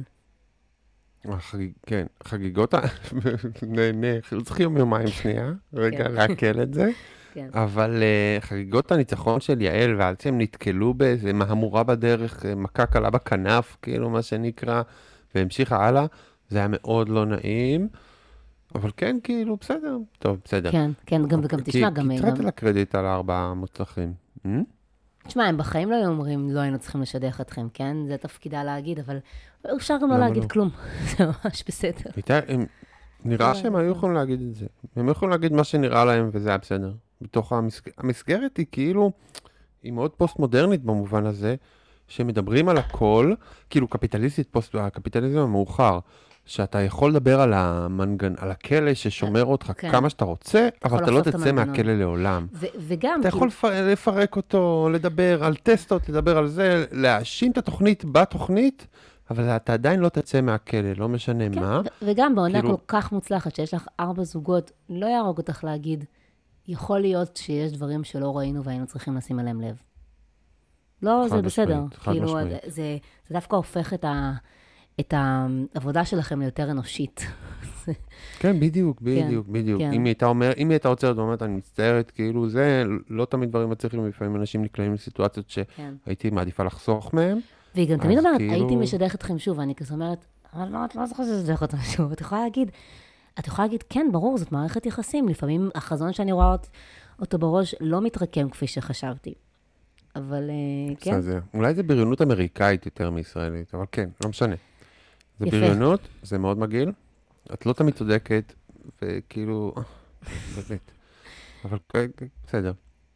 כן, חגיגות, נהנה, צריכים יומיים שנייה, רגע להקל את זה, אבל חגיגות הניצחון של יעל, ועד שהם נתקלו באיזה מהמורה בדרך, מכה קלה בכנף, כאילו מה שנקרא, והמשיכה הלאה, זה היה מאוד לא נעים, אבל כן, כאילו, בסדר. טוב, בסדר. כן, וגם תשמע, גם... קצת על הקרדיט על 4 מוצלחים. תשמע, הם בחיים לא היו אומרים, לא היינו צריכים לשדך אתכם, כן? זה תפקידה להגיד, אבל אפשר גם לא להגיד כלום. זה ממש בסדר. נראה שהם היו יכולים להגיד את זה. הם יכולים להגיד מה שנראה להם, וזה היה בסדר. בתוך המסגרת היא כאילו, היא מאוד פוסט-מודרנית במובן הזה, שמדברים על הכל, כאילו קפיטליסטית, הקפיטליזם המאוחר, שאתה יכול לדבר על על הכלא ששומר אותך כמה שאתה רוצה, אבל אתה לא תצא מהכלא לעולם. וגם... אתה יכול לפרק אותו, לדבר על טסטות, לדבר על זה, להאשים את התוכנית בתוכנית, אבל אתה עדיין לא תצא מהכלא, לא משנה מה. וגם בעונה כל כך מוצלחת, שיש לך 4 זוגות, לא יהרוג אותך להגיד, יכול להיות שיש דברים שלא ראינו והיינו צריכים לשים עליהם לב. לא, זה בסדר. כאילו, זה דווקא הופך את העבודה שלכם ליותר אנושית. כן, בדיוק. אם היא הייתה עוצרת ואומרת, אני מצטערת, כאילו זה, לא תמיד דברים מצליחים, לפעמים אנשים נקלעים לסיטואציות שהייתי מעדיפה לחסוך מהם. והיא גם תמיד אומרת, הייתי משדך אתכם שוב, ואני כזה אומרת, אבל לא, את לא זוכרת לשדך אתכם שוב. את יכולה להגיד, כן, ברור, זאת מערכת יחסים. לפעמים החזון שאני רואה אותו בראש לא מתרקם כפי שחשבתי. אבל כן. אולי זה בריונות אמריקאית יותר מישראלית, אבל כן, לא משנה. זה בריונות, זה מאוד מגעיל. את לא תמיד צודקת, וכאילו, באמת. אבל בסדר.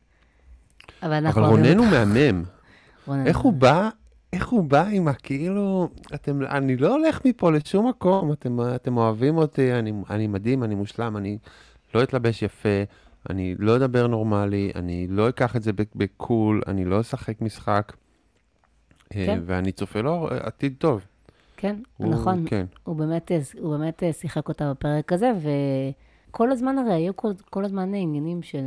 אבל רונן הוא מהמם. איך הוא בא עם הכאילו, אני לא הולך מפה לשום מקום, אתם אוהבים אותי, אני מדהים, אני מושלם, אני לא אתלבש יפה, אני לא אדבר נורמלי, אני לא אקח את זה בקול, אני לא אשחק משחק, ואני צופה לו עתיד טוב. כן, נכון. הוא באמת שיחק אותה בפרק הזה, וכל הזמן הרי היו כל הזמן עניינים של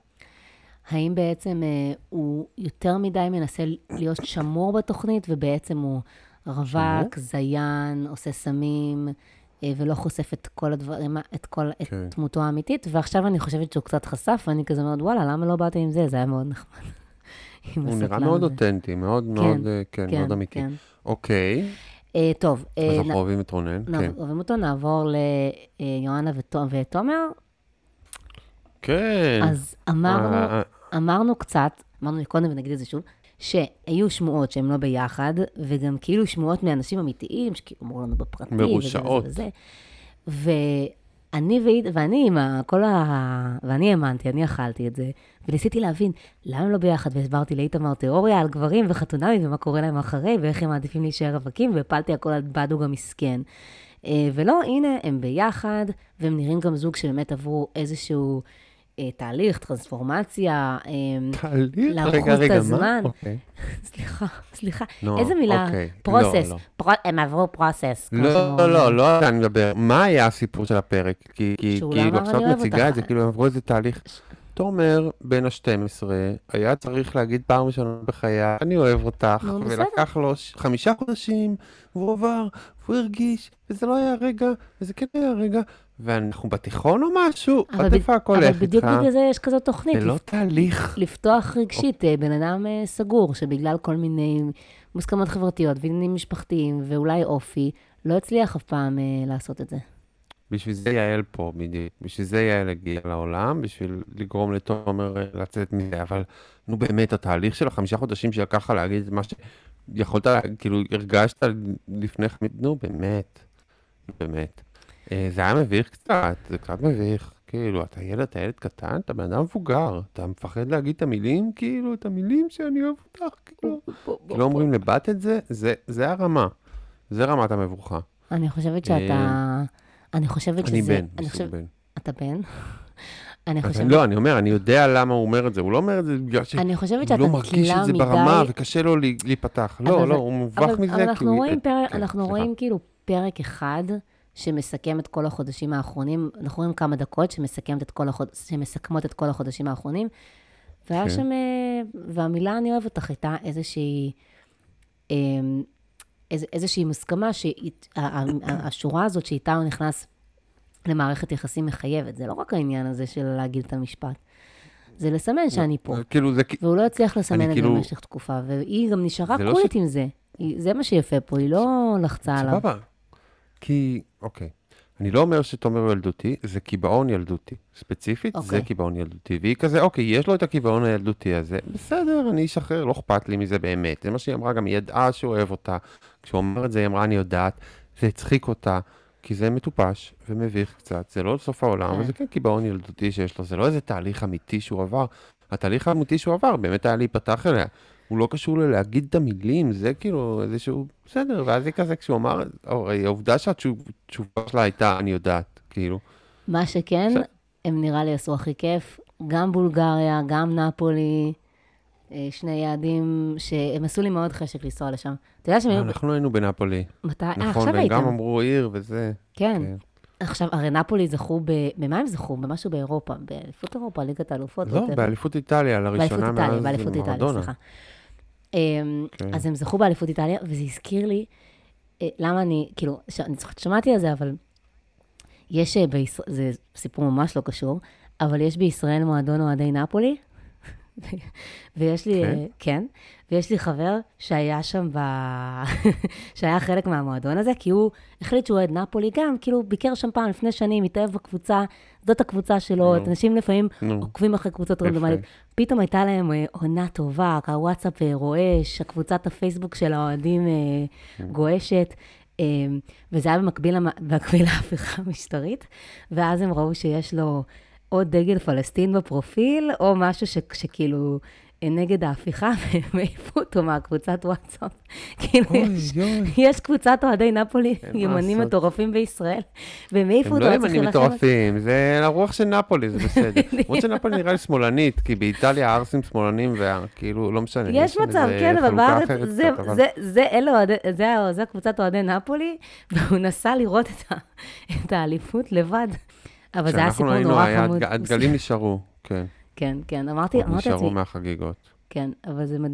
האם בעצם הוא יותר מדי מנסה להיות שמור בתוכנית, ובעצם הוא רווק, זיין, עושה סמים, ולא חושף את כל הדברים, את דמותו האמיתית, ועכשיו אני חושבת שהוא קצת חשף, ואני כזה מאוד, וואלה, למה לא באתי עם זה? זה היה מאוד נחמד. הוא נראה מאוד אותנטי, מאוד מאוד אמיתי. אוקיי. טוב. אז אנחנו אוהבים את רונן. אוהבים אותו, נעבור ליואנה ותומר. כן. אז אמרנו קצת, אמרנו קודם ונגיד את זה שוב, שהיו שמועות שהם לא ביחד, וגם כאילו שמועות מאנשים אמיתיים, שכאילו אמרו לנו בפרטי. מרושעות. ואני האמנתי, אני אכלתי את זה, וניסיתי להבין למה הם לא ביחד, והסברתי לאיתמר תיאוריה על גברים וחתונמי, ומה קורה להם אחרי, ואיך הם מעדיפים להישאר רווקים, והפלתי הכל על בדוג המסכן. ולא, הנה, הם ביחד, והם נראים גם זוג שבאמת עברו איזשהו תהליך, טרנספורמציה, לארכוז את הזמן. סליחה, איזה מילה? פרוסס. הם עברו פרוסס. לא, אני מדבר. מה היה הסיפור של הפרק? כי כאילו עכשיו מציגה את זה, כאילו הם עברו איזה תהליך. תומר, בן ה-12, היה צריך להגיד פעם ראשונה בחיי, אני אוהב אותך, ולקח לו 5 חודשים, והוא עבר, והוא הרגיש, וזה לא היה רגע, וזה כן היה רגע, ואנחנו בתיכון או משהו, עטפה הכל הולך איתך. אבל בדיוק בגלל זה יש כזאת תוכנית. זה לא תהליך. לפתוח רגשית בן אדם סגור, שבגלל כל מיני מוסכמות חברתיות, ועניינים משפחתיים, ואולי אופי, לא הצליח אף פעם לעשות את זה. בשביל זה יעל פה, בדיוק. בשביל זה יעל הגיע לעולם, בשביל לגרום לתומר לצאת מזה. אבל, נו באמת, התהליך של 5 חודשים שלקח לך להגיד את מה שיכולת, כאילו, הרגשת לפני 5, נו באמת, באמת. זה היה מביך קצת, זה קצת מביך. כאילו, אתה ילד קטן, אתה בן אדם מבוגר, אתה מפחד להגיד את המילים, כאילו, את המילים שאני אוהב אותך, כאילו. לא אומרים לבת את זה, זה הרמה. זה רמת המבוכה. אני חושבת שאתה... אני חושבת שזה... אני בן, מסוג בן. אתה בן? אני חושבת... לא, אני אומר, אני יודע למה הוא אומר את זה. הוא לא אומר את זה בגלל שהוא לא מרגיש את זה ברמה וקשה לו להיפתח. לא, הוא מובך מזה. אבל אנחנו רואים כאילו פרק אחד שמסכם את כל החודשים האחרונים. אנחנו רואים כמה דקות שמסכמות את כל החודשים האחרונים. והיה שם... והמילה אני אוהב אותך הייתה איזושהי מסכמה שהשורה הזאת שאיתה הוא נכנס למערכת יחסים מחייבת. זה לא רק העניין הזה של להגיד את המשפט. זה לסמן שאני פה. והוא לא הצליח לסמן את זה במשך תקופה, והיא גם נשארה קולית עם זה. זה מה שיפה פה, היא לא לחצה עליו. סבבה. כי, אוקיי. אני לא אומר שתומר הוא ילדותי, זה קיבעון ילדותי. ספציפית, זה קיבעון ילדותי. והיא כזה, אוקיי, יש לו את הקיבעון הילדותי הזה. בסדר, אני אשחרר, לא אכפת לי מזה באמת. זה מה שהיא אמרה, גם היא ידעה שהוא אוהב אותה. כשהוא אומר את זה, היא אמרה, אני יודעת. זה הצחיק אותה, כי זה מטופש ומביך קצת. זה לא סוף העולם, אבל זה כן קיבעון ילדותי שיש לו. זה לא איזה תהליך אמיתי שהוא עבר. התהליך האמיתי שהוא עבר, באמת היה להיפתח אליה. הוא לא קשור ללהגיד את המילים, זה כאילו איזשהו, בסדר, ואז זה כזה כשהוא אמר, העובדה שהתשובה שלה הייתה, אני יודעת, כאילו. מה שכן, הם נראה לי עשו הכי כיף, גם בולגריה, גם נפולי, שני יעדים שהם עשו לי מאוד חשק לנסוע לשם. אתה יודע שהם... אנחנו היינו בנפולי. מתי? נכון, והם גם אמרו עיר וזה. כן. עכשיו, הרי נפולי זכו במה הם זכו? במשהו באירופה, באליפות אירופה, ליגת האלופות. לא, באליפות איטליה, לראשונה מאז מרדונה. אז הם זכו באליפות איטליה, וזה הזכיר לי, למה אני, כאילו, שמעתי על זה, אבל יש, זה סיפור ממש לא קשור, אבל יש בישראל מועדון אוהדי נפולי, ויש לי, כן, ויש לי חבר שהיה שם, שהיה חלק מהמועדון הזה, כי הוא החליט שהוא אוהד נפולי גם, כאילו ביקר שם פעם לפני שנים, התאהב בקבוצה, זאת הקבוצה שלו, אנשים לפעמים עוקבים אחרי קבוצות רנדומלית, פתאום הייתה להם עונה טובה, הוואטסאפ רועש, הקבוצת הפייסבוק של האוהדים גועשת, וזה היה במקביל להפיכה המשטרית, ואז הם ראו שיש לו או דגל פלסטין בפרופיל, או משהו שכאילו נגד ההפיכה, והם העיפו אותו מהקבוצת וואטסאפ. כאילו יש קבוצת אוהדי נפולי, ימנים מטורפים בישראל, והם העיפו אותו. הם לא ימנים מטורפים, זה הרוח של נפולי, זה בסדר. למרות שנפולי נראה לי שמאלנית, כי באיטליה הארסים שמאלנים, וכאילו לא משנה. יש מצב, כן, אבל בארץ, זה קבוצת אוהדי נפולי, והוא נסע לראות את האליפות לבד. אבל זה היה סיפור נורא חמוד. הדגלים נשארו, כן. כן, כן, אמרתי לעצמי. נשארו מהחגיגות. כן, אבל זה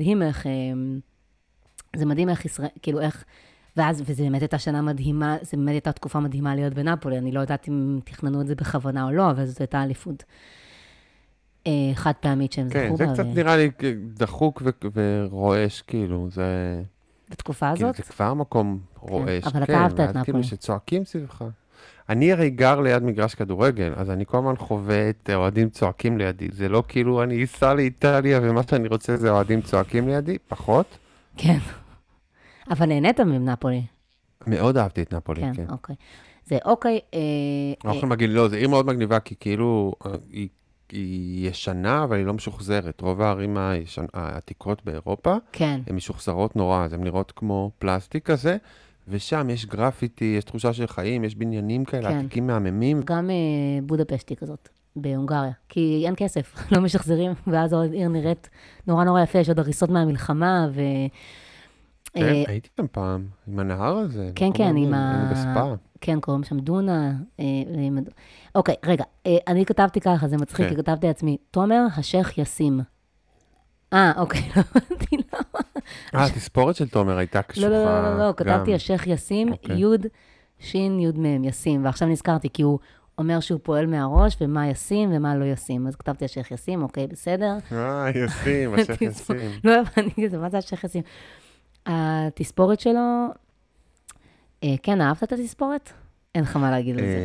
מדהים איך ישראל, כאילו איך, וזה באמת הייתה שנה מדהימה, זה באמת הייתה תקופה מדהימה להיות בנפולי, אני לא יודעת אם תכננו את זה בכוונה או לא, אבל זו הייתה אליפות חד פעמית שהם זכו בה. כן, זה קצת נראה לי דחוק ורועש, כאילו, זה... בתקופה הזאת? זה כבר מקום רועש, אבל אתה אהבת את נפולי. כאילו שצועקים סביבך. אני הרי גר ליד מגרש כדורגל, אז אני כל הזמן חווה את אוהדים צועקים לידי. זה לא כאילו אני אסע לאיטליה ומה שאני רוצה זה אוהדים צועקים לידי, פחות. כן. אבל נהנית מנפולי. מאוד אהבתי את נפולי, כן. כן, אוקיי. זה אוקיי. לא, זה עיר מאוד מגניבה, כי כאילו היא ישנה, אבל היא לא משוחזרת. רוב הערים העתיקות באירופה, הן משוחזרות נורא, אז הן נראות כמו פלסטיק כזה. ושם יש גרפיטי, יש תחושה של חיים, יש בניינים כאלה, עתיקים מהממים. גם בודפשטי כזאת, בהונגריה, כי אין כסף, לא משחזרים, ואז העיר נראית נורא נורא יפה, יש עוד הריסות מהמלחמה, כן, הייתי שם פעם, עם הנהר הזה. כן, כן, עם בספא. כן, קוראים שם דונה. אוקיי, רגע, אני כתבתי ככה, זה מצחיק, כי כתבתי לעצמי, תומר, השייך ישים. אוקיי, לא אמרתי למה. התספורת של תומר הייתה קשוחה. לא, כתבתי השייך ישים, יוד, שין, יוד מהם, ישים, ועכשיו נזכרתי, כי הוא אומר שהוא פועל מהראש, ומה ישים ומה לא ישים, אז כתבתי השייך ישים, אוקיי, בסדר. ישים, השייך ישים. לא הבנתי, מה זה השייך ישים? התספורת שלו, כן, אהבת את התספורת? אין לך מה להגיד על זה.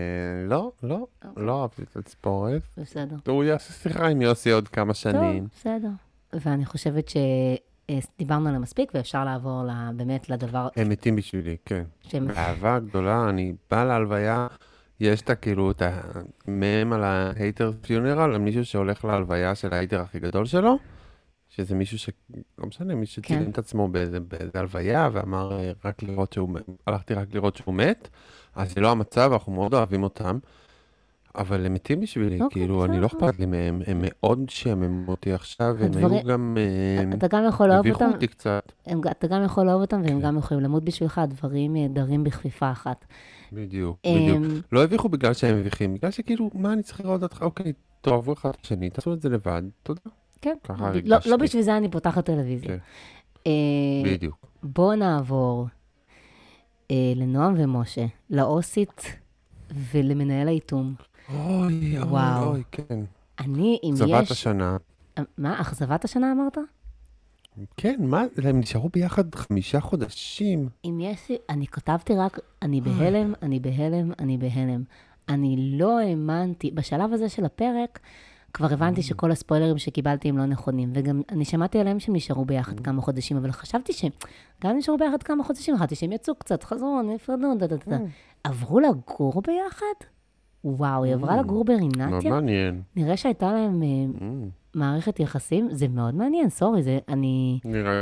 לא אהבתי את התספורת. בסדר. הוא יעשה שיחה עם יוסי עוד כמה שנים. טוב, בסדר. ואני חושבת שדיברנו עליהם מספיק, ואפשר לעבור באמת לדבר... הם מתים בשבילי, כן. באהבה גדולה, אני בא להלוויה, יש את כאילו, את המם על ההייטר פיונרל, למישהו שהולך להלוויה של ההייטר הכי גדול שלו, שזה מישהו לא משנה, מישהו שצילם את עצמו באיזה הלוויה, ואמר הלכתי רק לראות שהוא מת, אז זה לא המצב, אנחנו מאוד אוהבים אותם, אבל הם מתים בשבילי, כאילו, אני לא אכפת לי מהם, הם מאוד שעממו אותי עכשיו, הם היו גם... אתה גם יכול לאהוב אותם. הביכו אותי קצת. אתה גם יכול לאהוב אותם, והם גם יכולים למות בשבילך, הדברים דרים בכפיפה אחת. בדיוק. לא הביכו בגלל שהם מביכים, בגלל שכאילו, מה אני צריך לראות אותך? אוקיי, תאהבו אחד לשני, תעשו את זה לבד, תודה. כן, לא בשביל זה אני פותחת טלוויזיה. בדיוק. בואו נעבור לנועם ומשה, לאוסית ולמנהל האיתום. אוי, כן. אכזבת השנה. מה, אכזבת השנה אמרת? כן, מה, הם נשארו ביחד 5 חודשים. אני כתבתי רק, אני בהלם. אני לא האמנתי, בשלב הזה של הפרק, כבר הבנתי שכל הספוילרים שקיבלתי הם לא נכונים, וגם אני שמעתי עליהם שהם נשארו ביחד כמה חודשים, אבל חשבתי שגם נשארו ביחד כמה חודשים, חשבתי שהם יצאו קצת, חזרו, נפרדו, עברו לגור ביחד? וואו, היא עברה לגור ברינתיה? מאוד מעניין. נראה שהייתה להם מערכת יחסים, זה מאוד מעניין, סורי, זה אני... נראה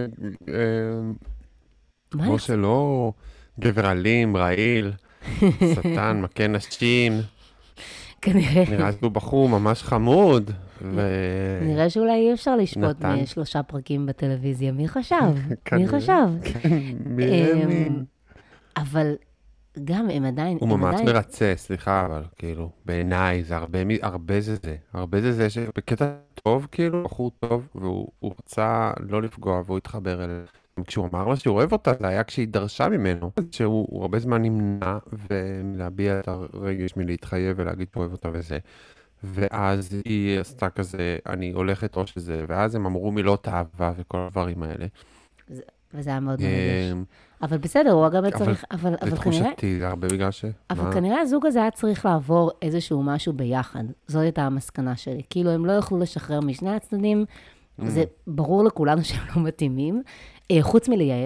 כמו שלא גבר אלים, רעיל, שטן, מכה נשים. כנראה. נראה שהוא בחור ממש חמוד. נראה שאולי אי אפשר לשפוט מ3 פרקים בטלוויזיה. מי חשב? מי חשב? מי האמין? אבל גם הם עדיין... הוא ממש מרצה, סליחה, אבל כאילו, בעיניי זה הרבה זה. הרבה זה שבקטע טוב, כאילו, בחור טוב, והוא רצה לא לפגוע, והוא התחבר אליו. כשהוא אמר לה שהוא אוהב אותה, זה היה כשהיא דרשה ממנו, שהוא הרבה זמן נמנע ולהביע את הרגש מלהתחייב ולהגיד שהוא אוהב אותה וזה. ואז היא עשתה כזה, אני הולכת או שזה, ואז הם אמרו מילות אהבה וכל הדברים האלה. וזה היה מאוד מרגש. אבל בסדר, הוא גם צריך, אבל כנראה... לתחושתי, זה הרבה בגלל ש... אבל כנראה הזוג הזה היה צריך לעבור איזשהו משהו ביחד. זאת הייתה המסקנה שלי. כאילו, הם לא יכלו לשחרר משני הצדדים, זה ברור לכולנו שהם לא מתאימים, חוץ מליעל,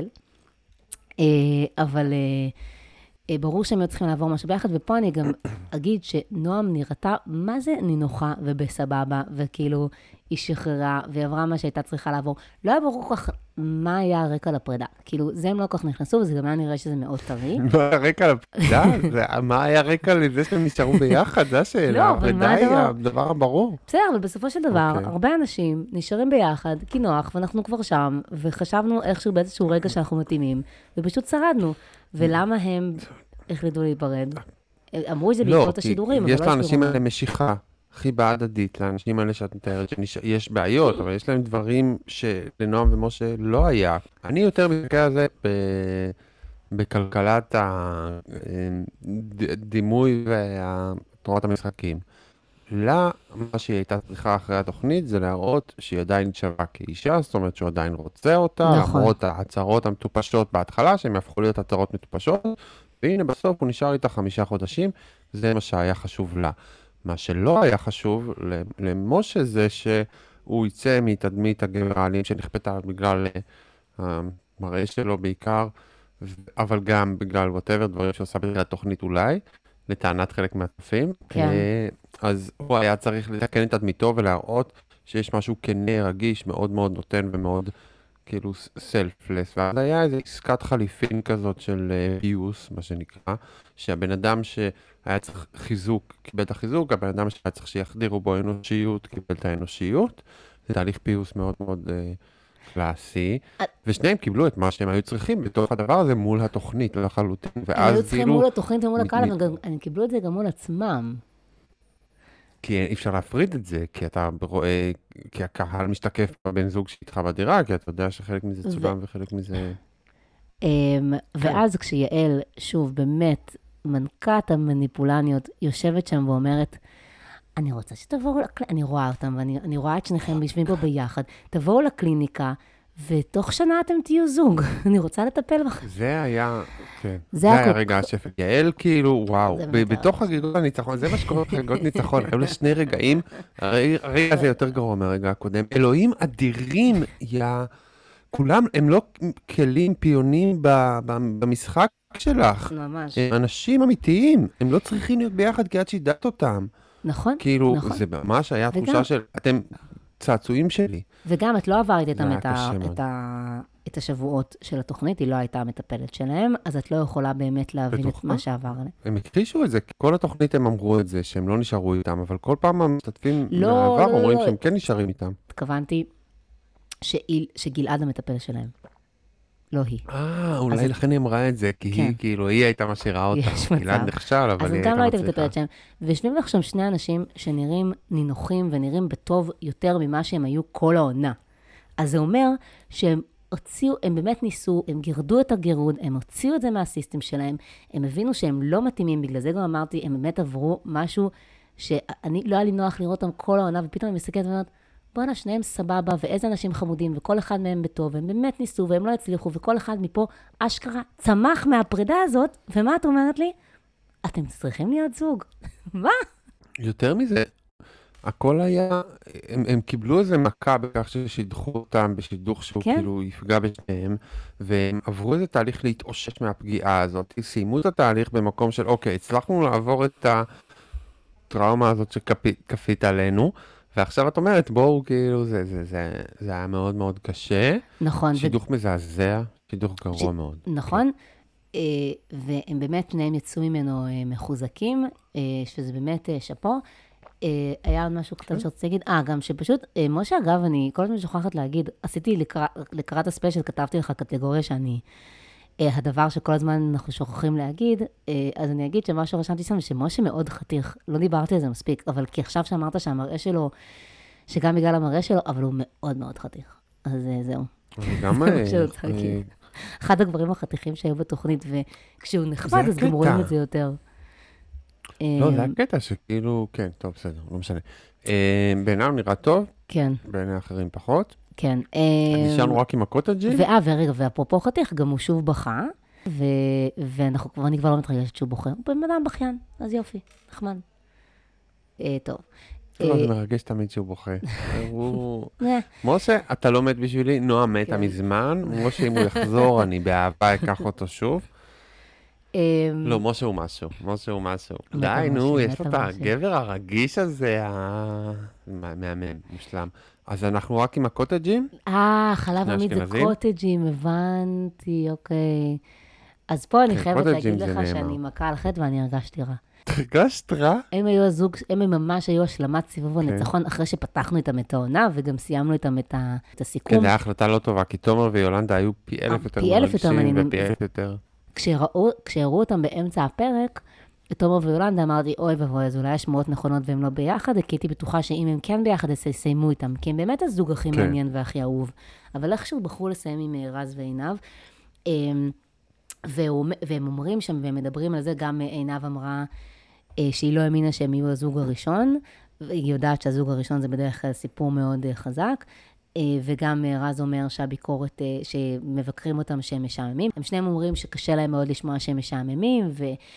אבל ברור שהם היו צריכים לעבור משהו ביחד, ופה אני גם אגיד שנועם נראתה מה זה נינוחה ובסבבה, וכאילו היא שחררה ועברה מה שהייתה צריכה לעבור. לא היה ברור כל כך מה היה הרקע לפרידה. כאילו, זה הם לא כל כך נכנסו, וזה גם היה נראה שזה מאוד טרי. מה הרקע לפרידה? מה היה הרקע לזה שהם נשארו ביחד? זה השאלה. הפרידה היא הדבר הברור. בסדר, אבל בסופו של דבר, הרבה אנשים נשארים ביחד, כי נוח, ואנחנו כבר שם, וחשבנו איכשהו באיזשהו רגע שאנחנו מתאימים, ופשוט שרדנו. ולמה הם החליטו להיפרד? אמרו את זה בעקבות השידורים, אבל לא יש לאנשים האלה משיכה. חיבה הדדית, לאנשים האלה שאת מתארת, שיש בעיות, אבל יש להם דברים שלנועם ומשה לא היה. אני יותר מסתכל על זה בכלכלת הדימוי ותורת המשחקים. לה, מה שהיא הייתה צריכה אחרי התוכנית, זה להראות שהיא עדיין שווה כאישה, זאת אומרת שהוא עדיין רוצה אותה, למרות ההצהרות המטופשות בהתחלה, שהן הפכו להיות הצהרות מטופשות, והנה בסוף הוא נשאר איתה 5 חודשים, זה מה שהיה חשוב לה. מה שלא היה חשוב למשה זה שהוא יצא מתדמית הגבר האלים שנכפתה בגלל המראה שלו בעיקר, אבל גם בגלל whatever, דברים שעושה בגלל התוכנית אולי, לטענת חלק מהצופים. כן. אז הוא היה צריך לתקן את תדמיתו ולהראות שיש משהו כנה, רגיש, מאוד מאוד נותן ומאוד כאילו סלפלס. ואז היה איזו עסקת חליפין כזאת של פיוס, מה שנקרא, שהבן אדם שהיה צריך חיזוק, קיבל את החיזוק, הבן אדם שהיה צריך שיחדירו בו אנושיות, קיבל את האנושיות. זה תהליך פיוס מאוד מאוד קלאסי, ושניהם קיבלו את מה שהם היו צריכים בתוך הדבר הזה מול התוכנית לחלוטין. הם היו צריכים מול התוכנית ומול הקהל, אבל הם קיבלו את זה גם מול עצמם. כי אי אפשר להפריד את זה, כי אתה רואה, כי הקהל משתקף בבן זוג שאיתך בדירה, כי אתה יודע שחלק מזה צולם וחלק מזה... ואז כשיעל, שוב, באמת, מנכ"ת המניפולניות, יושבת שם ואומרת, אני רוצה שתבואו, אני רואה אותם, ואני רואה את שניכם יושבים פה ביחד, תבואו לקליניקה, ותוך שנה אתם תהיו זוג. אני רוצה לטפל בכם. זה היה, כן. זה היה רגע השפל. יעל כאילו, וואו, בתוך חגיגות הניצחון, זה מה שקורה בחגיגות ניצחון, היו לה שני רגעים, הרגע הזה יותר גרוע מהרגע הקודם. אלוהים אדירים, כולם, הם לא כלים פיונים במשחק שלך. ממש. אנשים אמיתיים, הם לא צריכים להיות ביחד כי את שידעת אותם. נכון, כאילו, נכון. זה ממש היה תחושה של, אתם צעצועים שלי. וגם את לא עברת איתם את השבועות של התוכנית, היא לא הייתה המטפלת שלהם, אז את לא יכולה באמת להבין את מה שעבר עליהם. הם הכחישו את זה, כי כל התוכנית הם אמרו את זה, שהם לא נשארו איתם, אבל כל פעם המשתתפים מהעבר אומרים שהם כן נשארים איתם. התכוונתי שגלעד המטפל שלהם. לא היא. אולי לכן היא אמרה את זה, כי היא כאילו, היא הייתה משאירה אותה. גלעד נכשל, אבל היא הייתה מצליחה. אז גם לא הייתה מטפלת שלהם. ויושבים לך שם שני אנשים שנראים נינוחים ונראים בטוב יותר ממה שהם היו כל העונה. אז זה אומר שהם הוציאו, הם באמת ניסו, הם גירדו את הגירוד, הם הוציאו את זה מהסיסטם שלהם, הם הבינו שהם לא מתאימים, בגלל זה גם אמרתי, הם באמת עברו משהו שאני לא היה לי נוח לראות אותם כל העונה, ופתאום אני מסתכלת ואומרת, בואנה, שניהם סבבה, ואיזה אנשים חמודים, וכל אחד מהם בטוב, הם באמת ניסו, והם לא הצליחו, וכל אחד מפה אשכרה צמח מהפרידה הזאת, ומה את אומרת לי? אתם צריכים להיות זוג. מה? יותר מזה, הכל היה, הם קיבלו איזה מכה בכך ששידחו אותם בשידוך שהוא כאילו יפגע בשניהם, והם עברו איזה תהליך להתאושש מהפגיעה הזאת, סיימו את התהליך במקום של, אוקיי, הצלחנו לעבור את הטראומה הזאת שכפית עלינו, ועכשיו את אומרת, בואו, כאילו, זה היה מאוד מאוד קשה. נכון. שידוך מזעזע, שידוך גרוע מאוד. נכון, והם באמת, פניהם יצאו ממנו מחוזקים, שזה באמת שפו. היה עוד משהו קטן שרציתי להגיד, גם שפשוט, משה, אגב, אני כל הזמן שוכחת להגיד, עשיתי לקראת הספיישל, כתבתי לך קטגוריה שאני, הדבר שכל הזמן אנחנו שוכחים להגיד, אז אני אגיד שמה שרשמתי שם, שמשה מאוד חתיך, לא דיברתי על זה מספיק, אבל כי עכשיו שאמרת שהמראה שלו, שגם בגלל המראה שלו, אבל הוא מאוד מאוד חתיך. אז זהו. גם אחד הגברים החתיכים שהיו בתוכנית, וכשהוא נחמד, אז גם רואים את זה יותר. לא, זה הקטע שכאילו, כן, טוב, בסדר, לא משנה. בעיניו נראה טוב, כן. בעיני אחרים פחות. כן. נשארנו רק עם הקוטג'ים. ורגע, ואפרופו חתיך, גם הוא שוב בכה, ואני כבר לא מתרגשת שהוא בוכה. הוא בן אדם בכיין, אז יופי, נחמד. טוב. לא, זה מרגש תמיד שהוא בוכה. משה, אתה לא מת בשבילי, נועה מתה מזמן. משה, אם הוא יחזור, אני באהבה אקח אותו שוב. לא, משה הוא משהו. די, נו, יש לו את הגבר הרגיש הזה, מהמם, מושלם. אז אנחנו רק עם הקוטג'ים? חלב עמית זה קוטג'ים, הבנתי, אוקיי. אז פה אני חייבת להגיד לך שאני מכה על חטא ואני הרגשתי רע. הרגשת רע? הם היו הזוג, הם ממש היו השלמת סיבוב הניצחון, אחרי שפתחנו איתם את העונה, וגם סיימנו איתם את הסיכום. כן, זה היה החלטה לא טובה, כי תומר ויולנדה היו פי אלף יותר מרגשים, ופי אלף יותר. כשהראו אותם באמצע הפרק, תומר ויולנדה אמרתי, אוי ובוי, אז אולי יש שמועות נכונות והם לא ביחד, כי הייתי בטוחה שאם הם כן ביחד, אז יסיימו איתם, כי הם באמת הזוג הכי מעניין והכי אהוב. אבל איכשהו בחרו לסיים עם רז ועינב, והם אומרים שם, והם מדברים על זה, גם עינב אמרה שהיא לא האמינה שהם יהיו הזוג הראשון, והיא יודעת שהזוג הראשון זה בדרך כלל סיפור מאוד חזק, וגם רז אומר שהביקורת, שמבקרים אותם שהם משעממים. הם שניהם אומרים שקשה להם מאוד לשמוע שהם משעממים,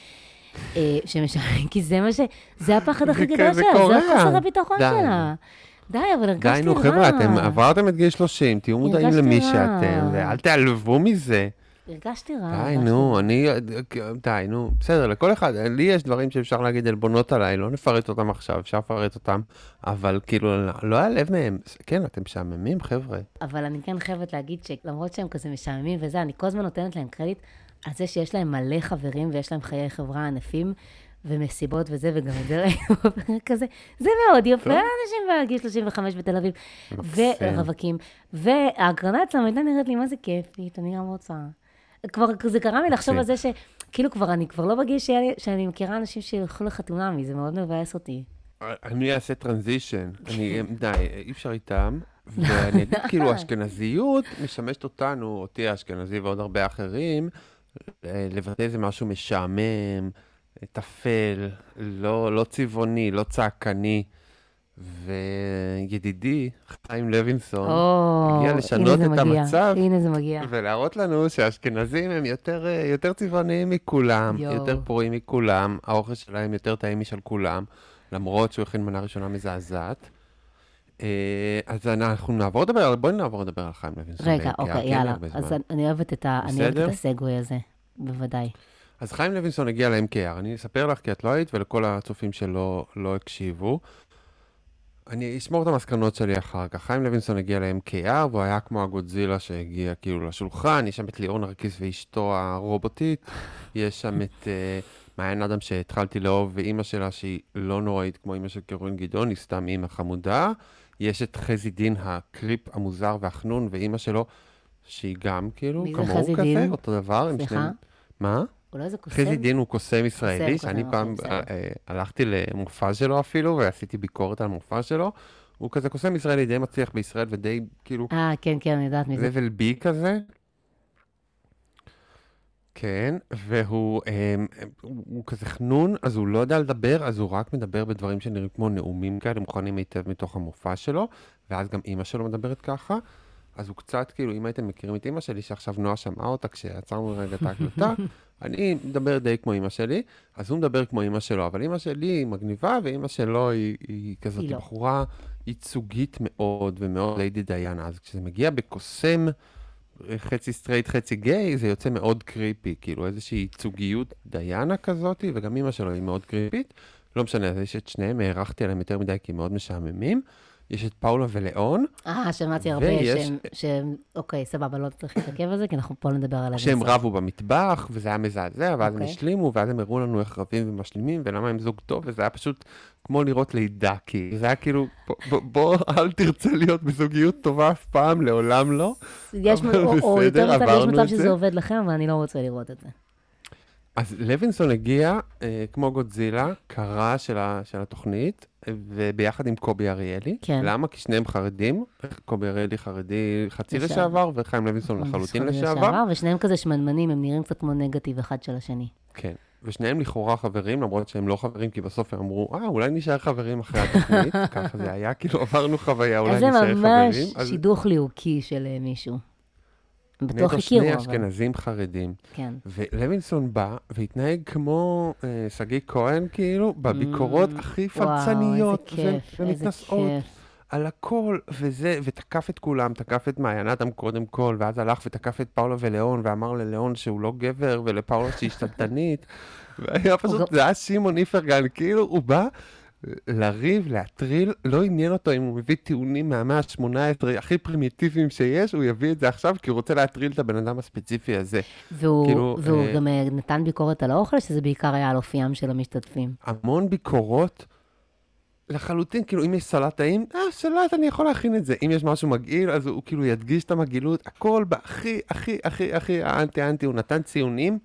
כי זה מה זה הפחד הכי גדול שלה, זה החוסר הביטחון שלה. די, אבל הרגשתי רע. די, נו חבר'ה, אתם עברתם את גיל 30, תהיו מודעים למי שאתם, ואל תעלבו מזה. הרגשתי רע. די, נו, בסדר, לכל אחד, לי יש דברים שאפשר להגיד עלבונות עליי, לא נפרט אותם עכשיו, אפשר לפרט אותם, אבל כאילו, לא היה לב מהם. כן, אתם משעממים, חבר'ה. אבל אני כן חייבת להגיד שלמרות שהם כזה משעממים וזה, אני כל הזמן נותנת להם קרדיט על זה שיש להם מלא חברים ויש להם חיי חברה ענפים ומסיבות וזה, וגם את זה ראינו כזה. זה מאוד יפה, אנשים בגיל 35 בתל אביב, ורווקים. וההקרנה אצלם הייתה נראית לי, מה זה כיפית, אני גם רוצה. כבר זה קרה לי לחשוב על זה שכאילו אני כבר לא בגיל שאני מכירה אנשים שילכו לחתונמי, זה מאוד מבאס אותי. אני אעשה טרנזישן, די, אי אפשר איתם, ואני אגיד כאילו, אשכנזיות משמשת אותי האשכנזי ועוד הרבה אחרים, לבטא איזה משהו משעמם, תפל, לא צבעוני, לא צעקני, וידידי, חיים לוינסון, הגיע לשנות את המצב, ולהראות לנו שהאשכנזים הם יותר צבעוניים מכולם, יותר פוריים מכולם, האוכל שלהם יותר טעים משל כולם, למרות שהוא הכין מנה ראשונה מזעזעת. אז אנחנו בואי נעבור לדבר על חיים לוינסון. רגע, אוקיי, יאללה. אז אני אוהבת את הסגווי הזה, בוודאי. אז חיים לוינסון הגיע ל-MKR. אני אספר לך כי את לא היית ולכל הצופים שלא הקשיבו. אני אשמור את המסקנות שלי אחר כך. חיים לוינסון הגיע ל-MKR, והוא היה כמו הגודזילה שהגיע כאילו לשולחן. יש שם את ליאור נרקיס ואשתו הרובוטית. יש שם את מעיין אדם שהתחלתי לאהוב, ואימא שלה שהיא לא נוראית כמו אימא של קרולין גדעון, היא סתם אימא חמודה. יש את חזי דין הקריפ המוזר והחנון, ואימא שלו שהיא גם כאילו כמוהו כזה, אותו דבר. סליחה? מה? אולי זה קוסם? חזי דין הוא קוסם ישראלי, שאני פעם הלכתי למופע שלו אפילו, ועשיתי ביקורת על המופע שלו. הוא כזה קוסם ישראלי די מצליח בישראל, ודי כאילו... כן, אני יודעת מזה. לבל בי כזה. כן, והוא כזה חנון, אז הוא לא יודע לדבר, אז הוא רק מדבר בדברים שנראים כמו נאומים כאלה, מוכנים היטב מתוך המופע שלו, ואז גם אמא שלו מדברת ככה. אז הוא קצת, כאילו, אם הייתם מכירים את אמא שלי, שעכשיו נועה שמעה אותה כשיצרנו רגע את ההקלטה, אני מדבר די כמו אמא שלי, אז הוא מדבר כמו אמא שלו, אבל אמא שלי היא מגניבה, ואמא שלו היא כזאת בחורה ייצוגית מאוד, ומאוד ליידי דיאנה. אז כשזה מגיע בקוסם, חצי סטרייט, חצי גיי, זה יוצא מאוד קריפי, כאילו איזושהי ייצוגיות דיאנה כזאת, וגם אמא שלו היא מאוד קריפית. לא משנה, אז יש את שניהם, הערכתי עליהם יותר מדי, כי הם מאוד משעממים. יש את פאולה ולאון. שמעתי הרבה שהם, אוקיי, סבבה, לא צריך להתעכב על זה, כי אנחנו פה נדבר על זה. שהם רבו במטבח, וזה היה מזעזע, ואז הם השלימו, ואז הם הראו לנו איך רבים ומשלימים, ולמה הם זוג טוב, וזה היה פשוט כמו לראות לידה, כי זה היה כאילו, בוא, אל תרצה להיות בזוגיות טובה אף פעם, לעולם לא. או יותר מצב, יש מצב שזה עובד לכם, אבל אני לא רוצה לראות את זה. אז לוינסון הגיע, כמו גודזילה, קרא של התוכנית, וביחד עם קובי אריאלי. כן. למה? כי שניהם חרדים. קובי אריאלי חרדי חצי לשעבר, וחיים לוינסון לחלוטין לשעבר. ושניהם כזה שמנמנים, הם נראים קצת כמו נגטיב אחד של השני. כן. ושניהם לכאורה חברים, למרות שהם לא חברים, כי בסוף הם אמרו, אולי נשאר חברים אחרי התוכנית. ככה זה היה, כאילו עברנו חוויה, אולי נשאר חברים. זה ממש שידוך ליהוקי של מישהו. בטוח הכירו, שני אשכנזים חרדים. כן. ולוינסון בא והתנהג כמו שגיא כהן, כאילו, בביקורות הכי פלצניות ומתנשאות על הכל, ותקף את כולם, תקף את מעיין אדם קודם כל, ואז הלך ותקף את פאולה ולאון, ואמר ללאון שהוא לא גבר, ולפאולה שהיא שתלטנית, והיה פשוט, זה היה שמעון איפרגן, כאילו, הוא בא לריב, להטריל, לא עניין אותו אם הוא מביא טיעונים מהמאה ה-18 הכי פרימיטיביים שיש, הוא יביא את זה עכשיו, כי הוא רוצה להטריל את הבן אדם הספציפי הזה. והוא גם נתן ביקורת על האוכל, שזה בעיקר היה על אופיים של המשתתפים. המון ביקורות, לחלוטין, כאילו, אם יש סלט טעים, סלט, אני יכול להכין את זה. אם יש משהו מגעיל, אז הוא כאילו ידגיש את המגעילות, הכל בהכי, הכי אנטי, הוא נתן ציונים,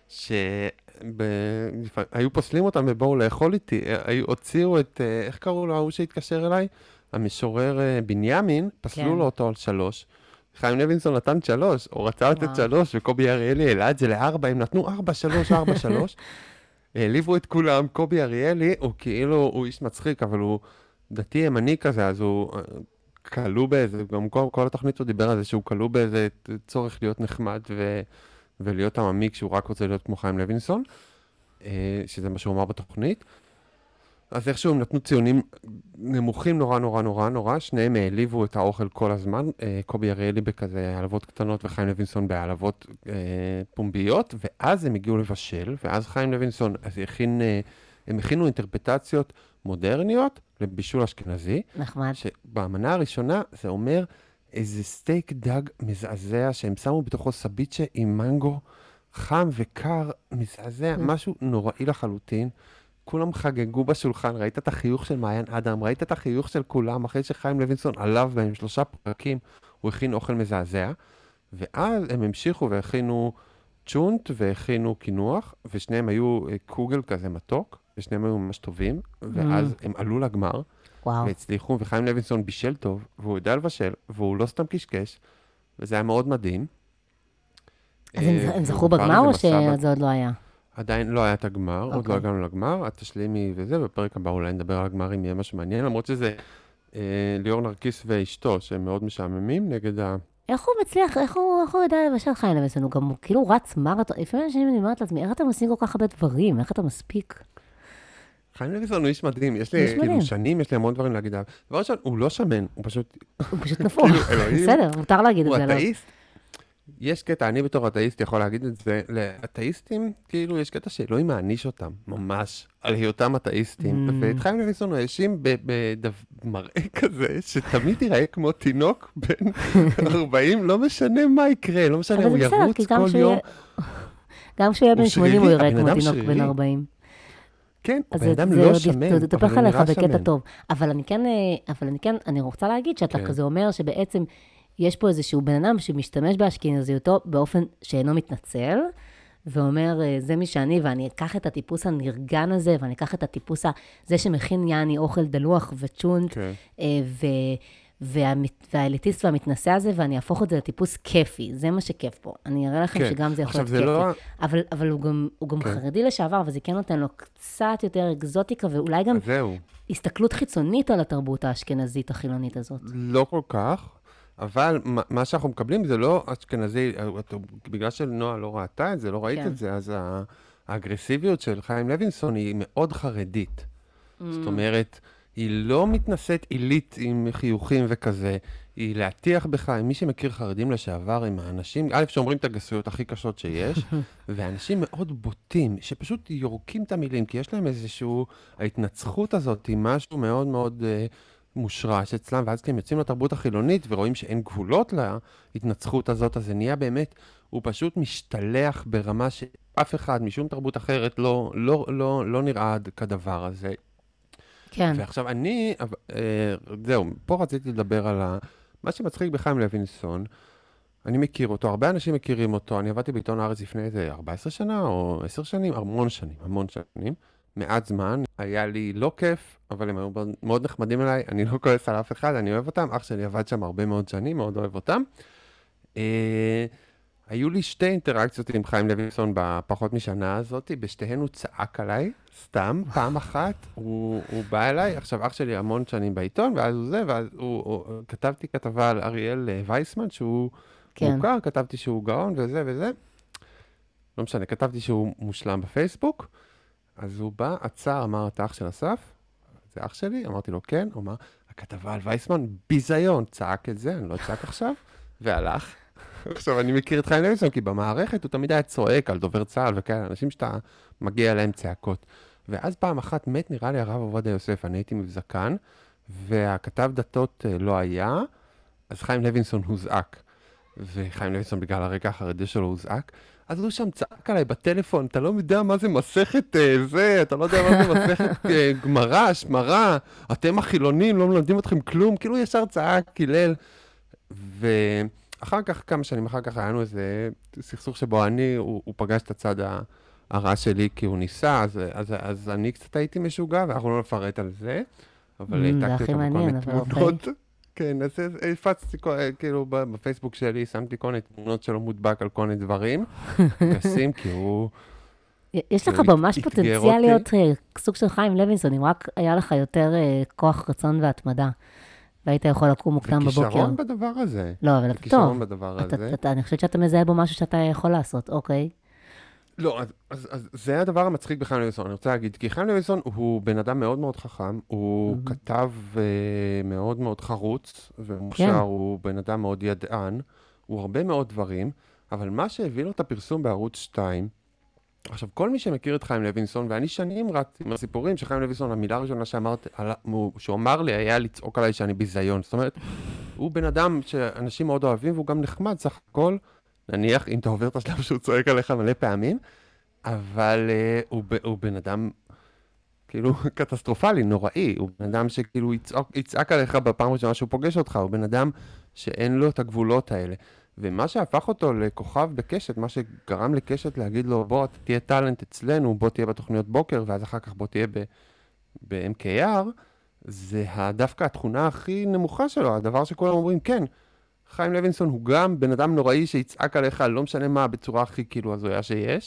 היו פוסלים אותם ובואו לאכול איתי, הוציאו את, איך קראו לו, ההוא שהתקשר אליי? המשורר בנימין, פסלו לו אותו על 3. חיים לוינסון נתן 3, הוא רצה לתת 3, וקובי אריאלי העלה את זה ל4, הם נתנו 4, 3, 4, 3. העליבו את כולם, קובי אריאלי, הוא כאילו, הוא איש מצחיק, אבל הוא דתי ימני כזה, אז הוא קלו באיזה, גם כל התוכנית הוא דיבר על זה, שהוא קלו באיזה צורך להיות נחמד ולהיות עממי כשהוא רק רוצה להיות כמו חיים לוינסון, שזה מה שהוא אמר בתוכנית. אז איכשהו הם נתנו ציונים נמוכים נורא, שניהם העליבו את האוכל כל הזמן, קובי אריאלי בכזה העלבות קטנות וחיים לוינסון בהעלבות פומביות, ואז הם הגיעו לבשל, ואז חיים לוינסון, אז הם הכינו אינטרפטציות מודרניות לבישול אשכנזי. נחמד. שבאמנה הראשונה זה אומר איזה סטייק דג מזעזע שהם שמו בתוכו סביצ'ה עם מנגו חם וקר, מזעזע, משהו נוראי לחלוטין. כולם חגגו בשולחן, ראית את החיוך של מעיין אדם, ראית את החיוך של כולם, אחרי שחיים לוינסון עליו בהם 3 פרקים, הוא הכין אוכל מזעזע, ואז הם המשיכו והכינו צ'ונט והכינו קינוח, ושניהם היו קוגל כזה מתוק, ושניהם היו ממש טובים, ואז הם עלו לגמר, והצליחו, וחיים לוינסון בישל טוב, והוא יודע לבשל, והוא לא סתם קשקש, וזה היה מאוד מדהים. אז הם זכו בגמר או שזה עוד לא היה? עדיין לא היה את הגמר, עוד לא אוקיי. הגענו לגמר, את תשלימי וזה, בפרק הבא אולי נדבר על הגמרים, יהיה משהו מעניין, למרות שזה ליאור נרקיס ואשתו, שהם מאוד משעממים נגד איך הוא מצליח, איך הוא יודע לבשל חיים לוינסון? הוא גם כאילו רץ מרתון, לפעמים אני אומרת לעצמי, איך אתם עושים כל כך הרבה דברים? איך אתה מספיק? חיים לוינסון הוא איש מדהים, יש לי כאילו שנים, יש לי המון דברים להגיד עליו. דבר ראשון, הוא לא שמן, הוא פשוט נפוח. בסדר, מותר להגיד את זה. הוא אתאיסט. יש קטע, אני בתור אתאיסט יכול להגיד את זה, לאתאיסטים, כאילו יש קטע שאלוהים מעניש אותם, ממש, על היותם אתאיסטים. ואת חיים לוינסון הוא האשים במראה כזה, שתמיד יראה כמו תינוק בן 40, לא משנה מה יקרה, לא משנה, הוא ירוץ כל יום. גם כשהוא יהיה בן 80 הוא יראה כמו תינוק בן 40. כן, בן אדם לא שמן, זה תפך עליך בקטע טוב. אבל אני רוצה להגיד שאתה כזה אומר שבעצם יש פה איזשהו בן אדם שמשתמש באשכנזיותו באופן שאינו מתנצל, ואומר, זה מי שאני, ואני אקח את הטיפוס הנרגן הזה, ואני אקח את הטיפוס הזה שמכין יעני אוכל דלוח וצ'ונט, והאליטיסט והמתנשא הזה, ואני אהפוך את זה לטיפוס כיפי. זה מה שכיף פה. אני אראה לכם שגם זה יכול להיות כיפי. אבל הוא גם חרדי לשעבר, וזה כן נותן לו קצת יותר אקזוטיקה, ואולי גם הסתכלות חיצונית על התרבות האשכנזית החילונית הזאת. לא כל כך. אבל מה שאנחנו מקבלים זה לא אשכנזי, בגלל שנועה לא ראתה את זה, לא ראית את זה, אז האגרסיביות של חיים לוינסון היא מאוד חרדית. זאת אומרת, היא לא מתנשאת עילית עם חיוכים וכזה, היא להטיח בך, מי שמכיר חרדים לשעבר, עם האנשים, א' שאומרים את הגסויות הכי קשות שיש, ואנשים מאוד בוטים, שפשוט יורקים את המילים, כי יש להם איזשהו, ההתנצחות הזאת היא משהו מאוד מאוד מושרש אצלם, ואז כי הם יוצאים לתרבות החילונית ורואים שאין גבולות להתנצחות הזאת, אז זה נהיה באמת, הוא פשוט משתלח ברמה שאף אחד משום תרבות אחרת לא נראה כדבר הזה. כן. ועכשיו זהו, פה רציתי לדבר על מה שמצחיק בחיים לוינסון, אני מכיר אותו, הרבה אנשים מכירים אותו, אני עבדתי בעיתון הארץ לפני איזה 14 שנה או 10 שנים, המון שנים. מעט זמן, היה לי לא כיף, אבל הם היו מאוד נחמדים אליי, אני לא כועס על אף אחד, אני אוהב אותם, אח שלי עבד שם הרבה מאוד שנים, מאוד אוהב אותם. היו לי שתי אינטראקציות עם חיים לוינסון בפחות משנה הזאת, בשתיהן הוא צעק עליי, סתם, פעם אחת, הוא בא אליי, עכשיו אח שלי המון שנים בעיתון, ואז הוא כתבתי כתבה על אריאל וייסמן, שהוא מוכר, כתבתי שהוא גאון וזה, לא משנה, כתבתי שהוא מושלם בפייסבוק, אז הוא בא, עצר, אמר, אתה אח של אסף? זה אח שלי? אמרתי לו, כן. הוא אמר, הכתבה על וייסמן, ביזיון, צעק את זה, אני לא צעק עכשיו, והלך. עכשיו, אני מכיר את חיים לוינסון, כי במערכת הוא תמיד היה צועק על דובר צה"ל וכאלה, אנשים שאתה מגיע אליהם צעקות. ואז פעם אחת מת, נראה לי, הרב עובדיה יוסף, אני הייתי מבזקן, והכתב דתות לא היה, אז חיים לוינסון הוזעק. וחיים לוינסון, בגלל הרקע החרדי שלו, הוזעק. אז הוא שם צעק עליי בטלפון, אתה לא יודע מה זה מסכת זה, אתה לא יודע מה זה מסכת גמרא, שמרה, אתם החילונים, לא מלמדים אתכם כלום, כאילו ישר צעק, קילל. ואחר כך, כמה שנים אחר כך, היה לנו איזה סכסוך שבו הוא פגש את הצד הרע שלי, כי הוא ניסה, אז אני קצת הייתי משוגע, ואנחנו לא נפרט על זה, אבל העתקתי אותו בכל מיני תמונות. כן, אז הפצתי, כאילו, בפייסבוק שלי, שמתי כל מיני תמונות שלו מודבק על כל מיני דברים, גסים, כי הוא... יש לך ממש פוטנציאל להיות סוג של חיים לוינסון, אם רק היה לך יותר כוח רצון והתמדה, והיית יכול לקום מוקדם בבוקר. וכישרון בדבר הזה. לא, אבל אתה טוב. וכישרון בדבר הזה. אני חושבת שאתה מזהה בו משהו שאתה יכול לעשות, אוקיי. לא, אז זה הדבר המצחיק בחיים לוינסון, אני רוצה להגיד, כי חיים לוינסון הוא בן אדם מאוד מאוד חכם, הוא כתב מאוד מאוד חרוץ, ומושר, הוא בן אדם מאוד ידען, הוא הרבה מאוד דברים, אבל מה שהביא לו את הפרסום בערוץ 2, עכשיו, כל מי שמכיר את חיים לוינסון, ואני שנים רץ עם הסיפורים שחיים לוינסון, המילה הראשונה שהוא אמר לי, היה לצעוק עליי שאני ביזיון, זאת אומרת, הוא בן אדם שאנשים מאוד אוהבים, והוא גם נחמד, סך הכל, נניח, אם אתה עובר את השלב שהוא צועק עליך מלא פעמים, אבל הוא בן אדם, כאילו, קטסטרופלי, נוראי. הוא בן אדם שכאילו יצעק עליך בפעם ראשונה שהוא פוגש אותך, הוא בן אדם שאין לו את הגבולות האלה. ומה שהפך אותו לכוכב בקשת, מה שגרם לקשת להגיד לו, בוא, תהיה טלנט אצלנו, בוא תהיה בתוכניות בוקר, ואז אחר כך בוא תהיה ב-MKR, זה דווקא התכונה הכי נמוכה שלו, הדבר שכולם אומרים, כן, חיים לוינסון הוא גם בן אדם נוראי שיצעק עליך, לא משנה מה, בצורה הכי כאילו הזויה שיש.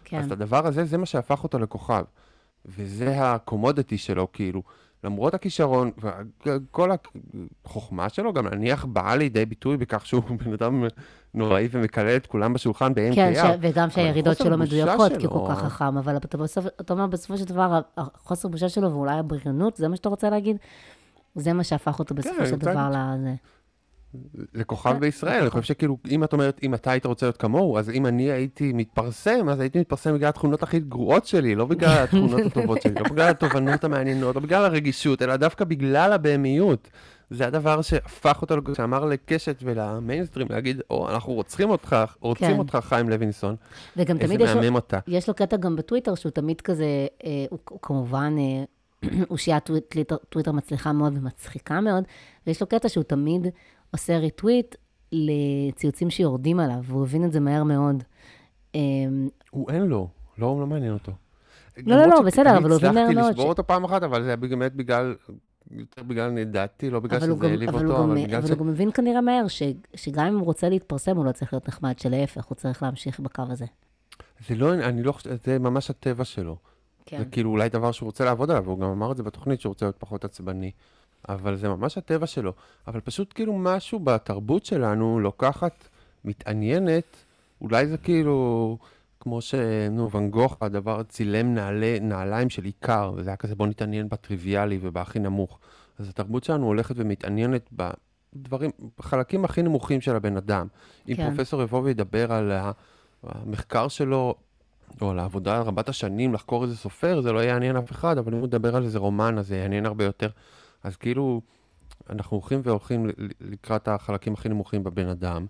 אז את הדבר הזה, זה מה שהפך אותו לכוכב. וזה הקומודיטי שלו, כאילו, למרות הכישרון, וכל החוכמה שלו, גם נניח באה לידי ביטוי בכך שהוא בן אדם נוראי ומקלל את כולם בשולחן ב-NKR. כן, וגם שהירידות שלו מדויקות, כי הוא כל כך חכם, אבל אתה אומר, בסופו של דבר, החוסר בושה שלו, ואולי הבריונות, זה מה שאתה רוצה להגיד? זה מה שהפך אותו בסופו של דבר לזה. לכוכב בישראל, אני חושב שכאילו, אם את אומרת, אם אתה היית רוצה להיות כמוהו, אז אם אני הייתי מתפרסם, אז הייתי מתפרסם בגלל התכונות הכי גרועות שלי, לא בגלל התכונות הטובות שלי, לא בגלל התובנות המעניינות, לא בגלל הרגישות, אלא דווקא בגלל הבהמיות. זה הדבר שהפך אותו, שאמר לקשת ולמיינסטרים, להגיד, אנחנו רוצים אותך, חיים לוינסון. וגם תמיד יש לו קטע גם בטוויטר, שהוא תמיד כזה, הוא כמובן, הוא שיעה טוויטר מצליחה מאוד ומצחיקה מאוד, ויש לו קטע שהוא תמיד עושה ריטוויט לציוצים שיורדים עליו, והוא הבין את זה מהר מאוד. הוא אין לו, לא מעניין אותו. לא, בסדר, אבל הוא הבין מהר מאוד. הצלחתי לשבור אותו פעם אחת, אבל זה באמת יותר בגלל נדעתי, לא בגלל שזה העליב אותו, אבל בגלל אבל הוא גם מבין כנראה מהר, שגם אם הוא רוצה להתפרסם, הוא לא צריך להיות נחמד, שלהפך, הוא צריך להמשיך בקו הזה. זה ממש הטבע שלו. זה כאילו אולי דבר שהוא רוצה לעבוד עליו, הוא גם אמר את זה בתוכנית שהוא רוצה להיות פחות עצבני. אבל זה ממש הטבע שלו. אבל פשוט כאילו משהו בתרבות שלנו לוקחת, מתעניינת, אולי זה כאילו, כמו ון גוך, הדבר צילם נעליים של עיקר, וזה היה כזה בוא נתעניין בטריוויאלי ובהכי נמוך. אז התרבות שלנו הולכת ומתעניינת בדברים, בחלקים הכי נמוכים של הבן אדם. אם פרופסור יבוא וידבר על המחקר שלו, או על העבודה רבת השנים, לחקור איזה סופר, זה לא יעניין אף אחד, אבל אם הוא מדבר על איזה רומן, אז זה יעניין הרבה יותר. אז כאילו, אנחנו הולכים לקראת החלקים הכי נמוכים בבן אדם,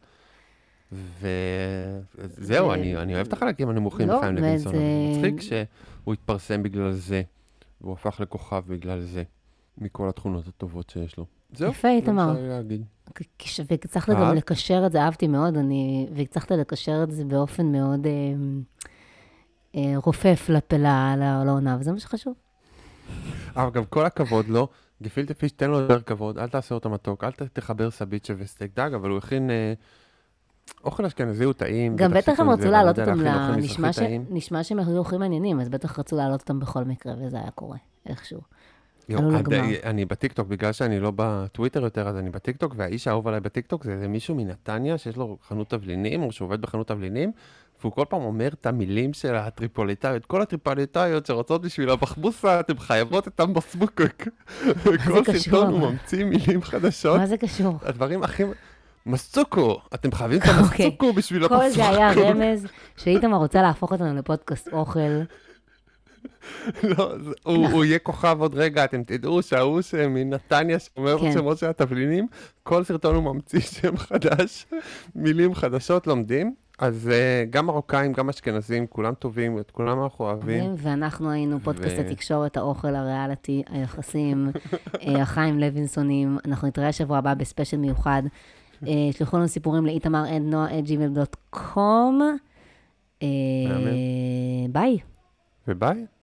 וזהו, אני אוהב את החלקים הנמוכים בחיים לוינסון, אבל מצחיק שהוא התפרסם בגלל זה, והוא הפך לכוכב בגלל זה, מכל התכונות הטובות שיש לו. זהו, יפה, איתמר. וצריכת גם לקשר את זה, אהבתי מאוד, וצריכת לקשר את זה באופן מאוד רופף לעונה, וזה מה שחשוב. אבל גם כל הכבוד לו, גפילטע פיש, תן לו יותר כבוד, אל תעשה אותה מתוק, אל תחבר סביצ'ה וסטייק דג, אבל הוא הכין אוכל אשכנזי, הוא טעים. גם בטח הם רצו להעלות אותם, נשמע שהם היו אוכלים מעניינים, אז בטח רצו להעלות אותם בכל מקרה, וזה היה קורה, איכשהו. אני בטיקטוק, בגלל שאני לא בטוויטר יותר, אז אני בטיקטוק, והאיש האהוב עליי בטיקטוק זה מישהו מנתניה, שיש לו חנות תבלינים, או שעובד בחנות תבלינים, והוא כל פעם אומר את המילים של הטריפוליטאיות, כל הטריפוליטאיות שרוצות בשביל הבחבוסה, אתם חייבות את המבסבוקק. כל סרטון הוא ממציא מילים חדשות. מה זה קשור? הדברים הכי... מסצוקו, אתם חייבים את המסצוקו בשביל הבחבוסה. כל זה היה רמז שאיתמר רוצה להפוך אותנו לפודקאסט אוכל. לא, הוא יהיה כוכב עוד רגע, אתם תדעו שההוא שמנתניה שאומר שמות של התבלינים, כל סרטון הוא ממציא שם חדש, מילים חדשות לומדים, אז גם מרוקאים, גם אשכנזים, כולם טובים, את כולם אנחנו אוהבים. ואנחנו היינו פודקאסט התקשורת, האוכל, הריאליטי, היחסים, החיים לוינסונים, אנחנו נתראה השבוע הבא בספיישל מיוחד, שלחו לנו סיפורים לאיתמר@noa@gmail.com, ביי. וביי.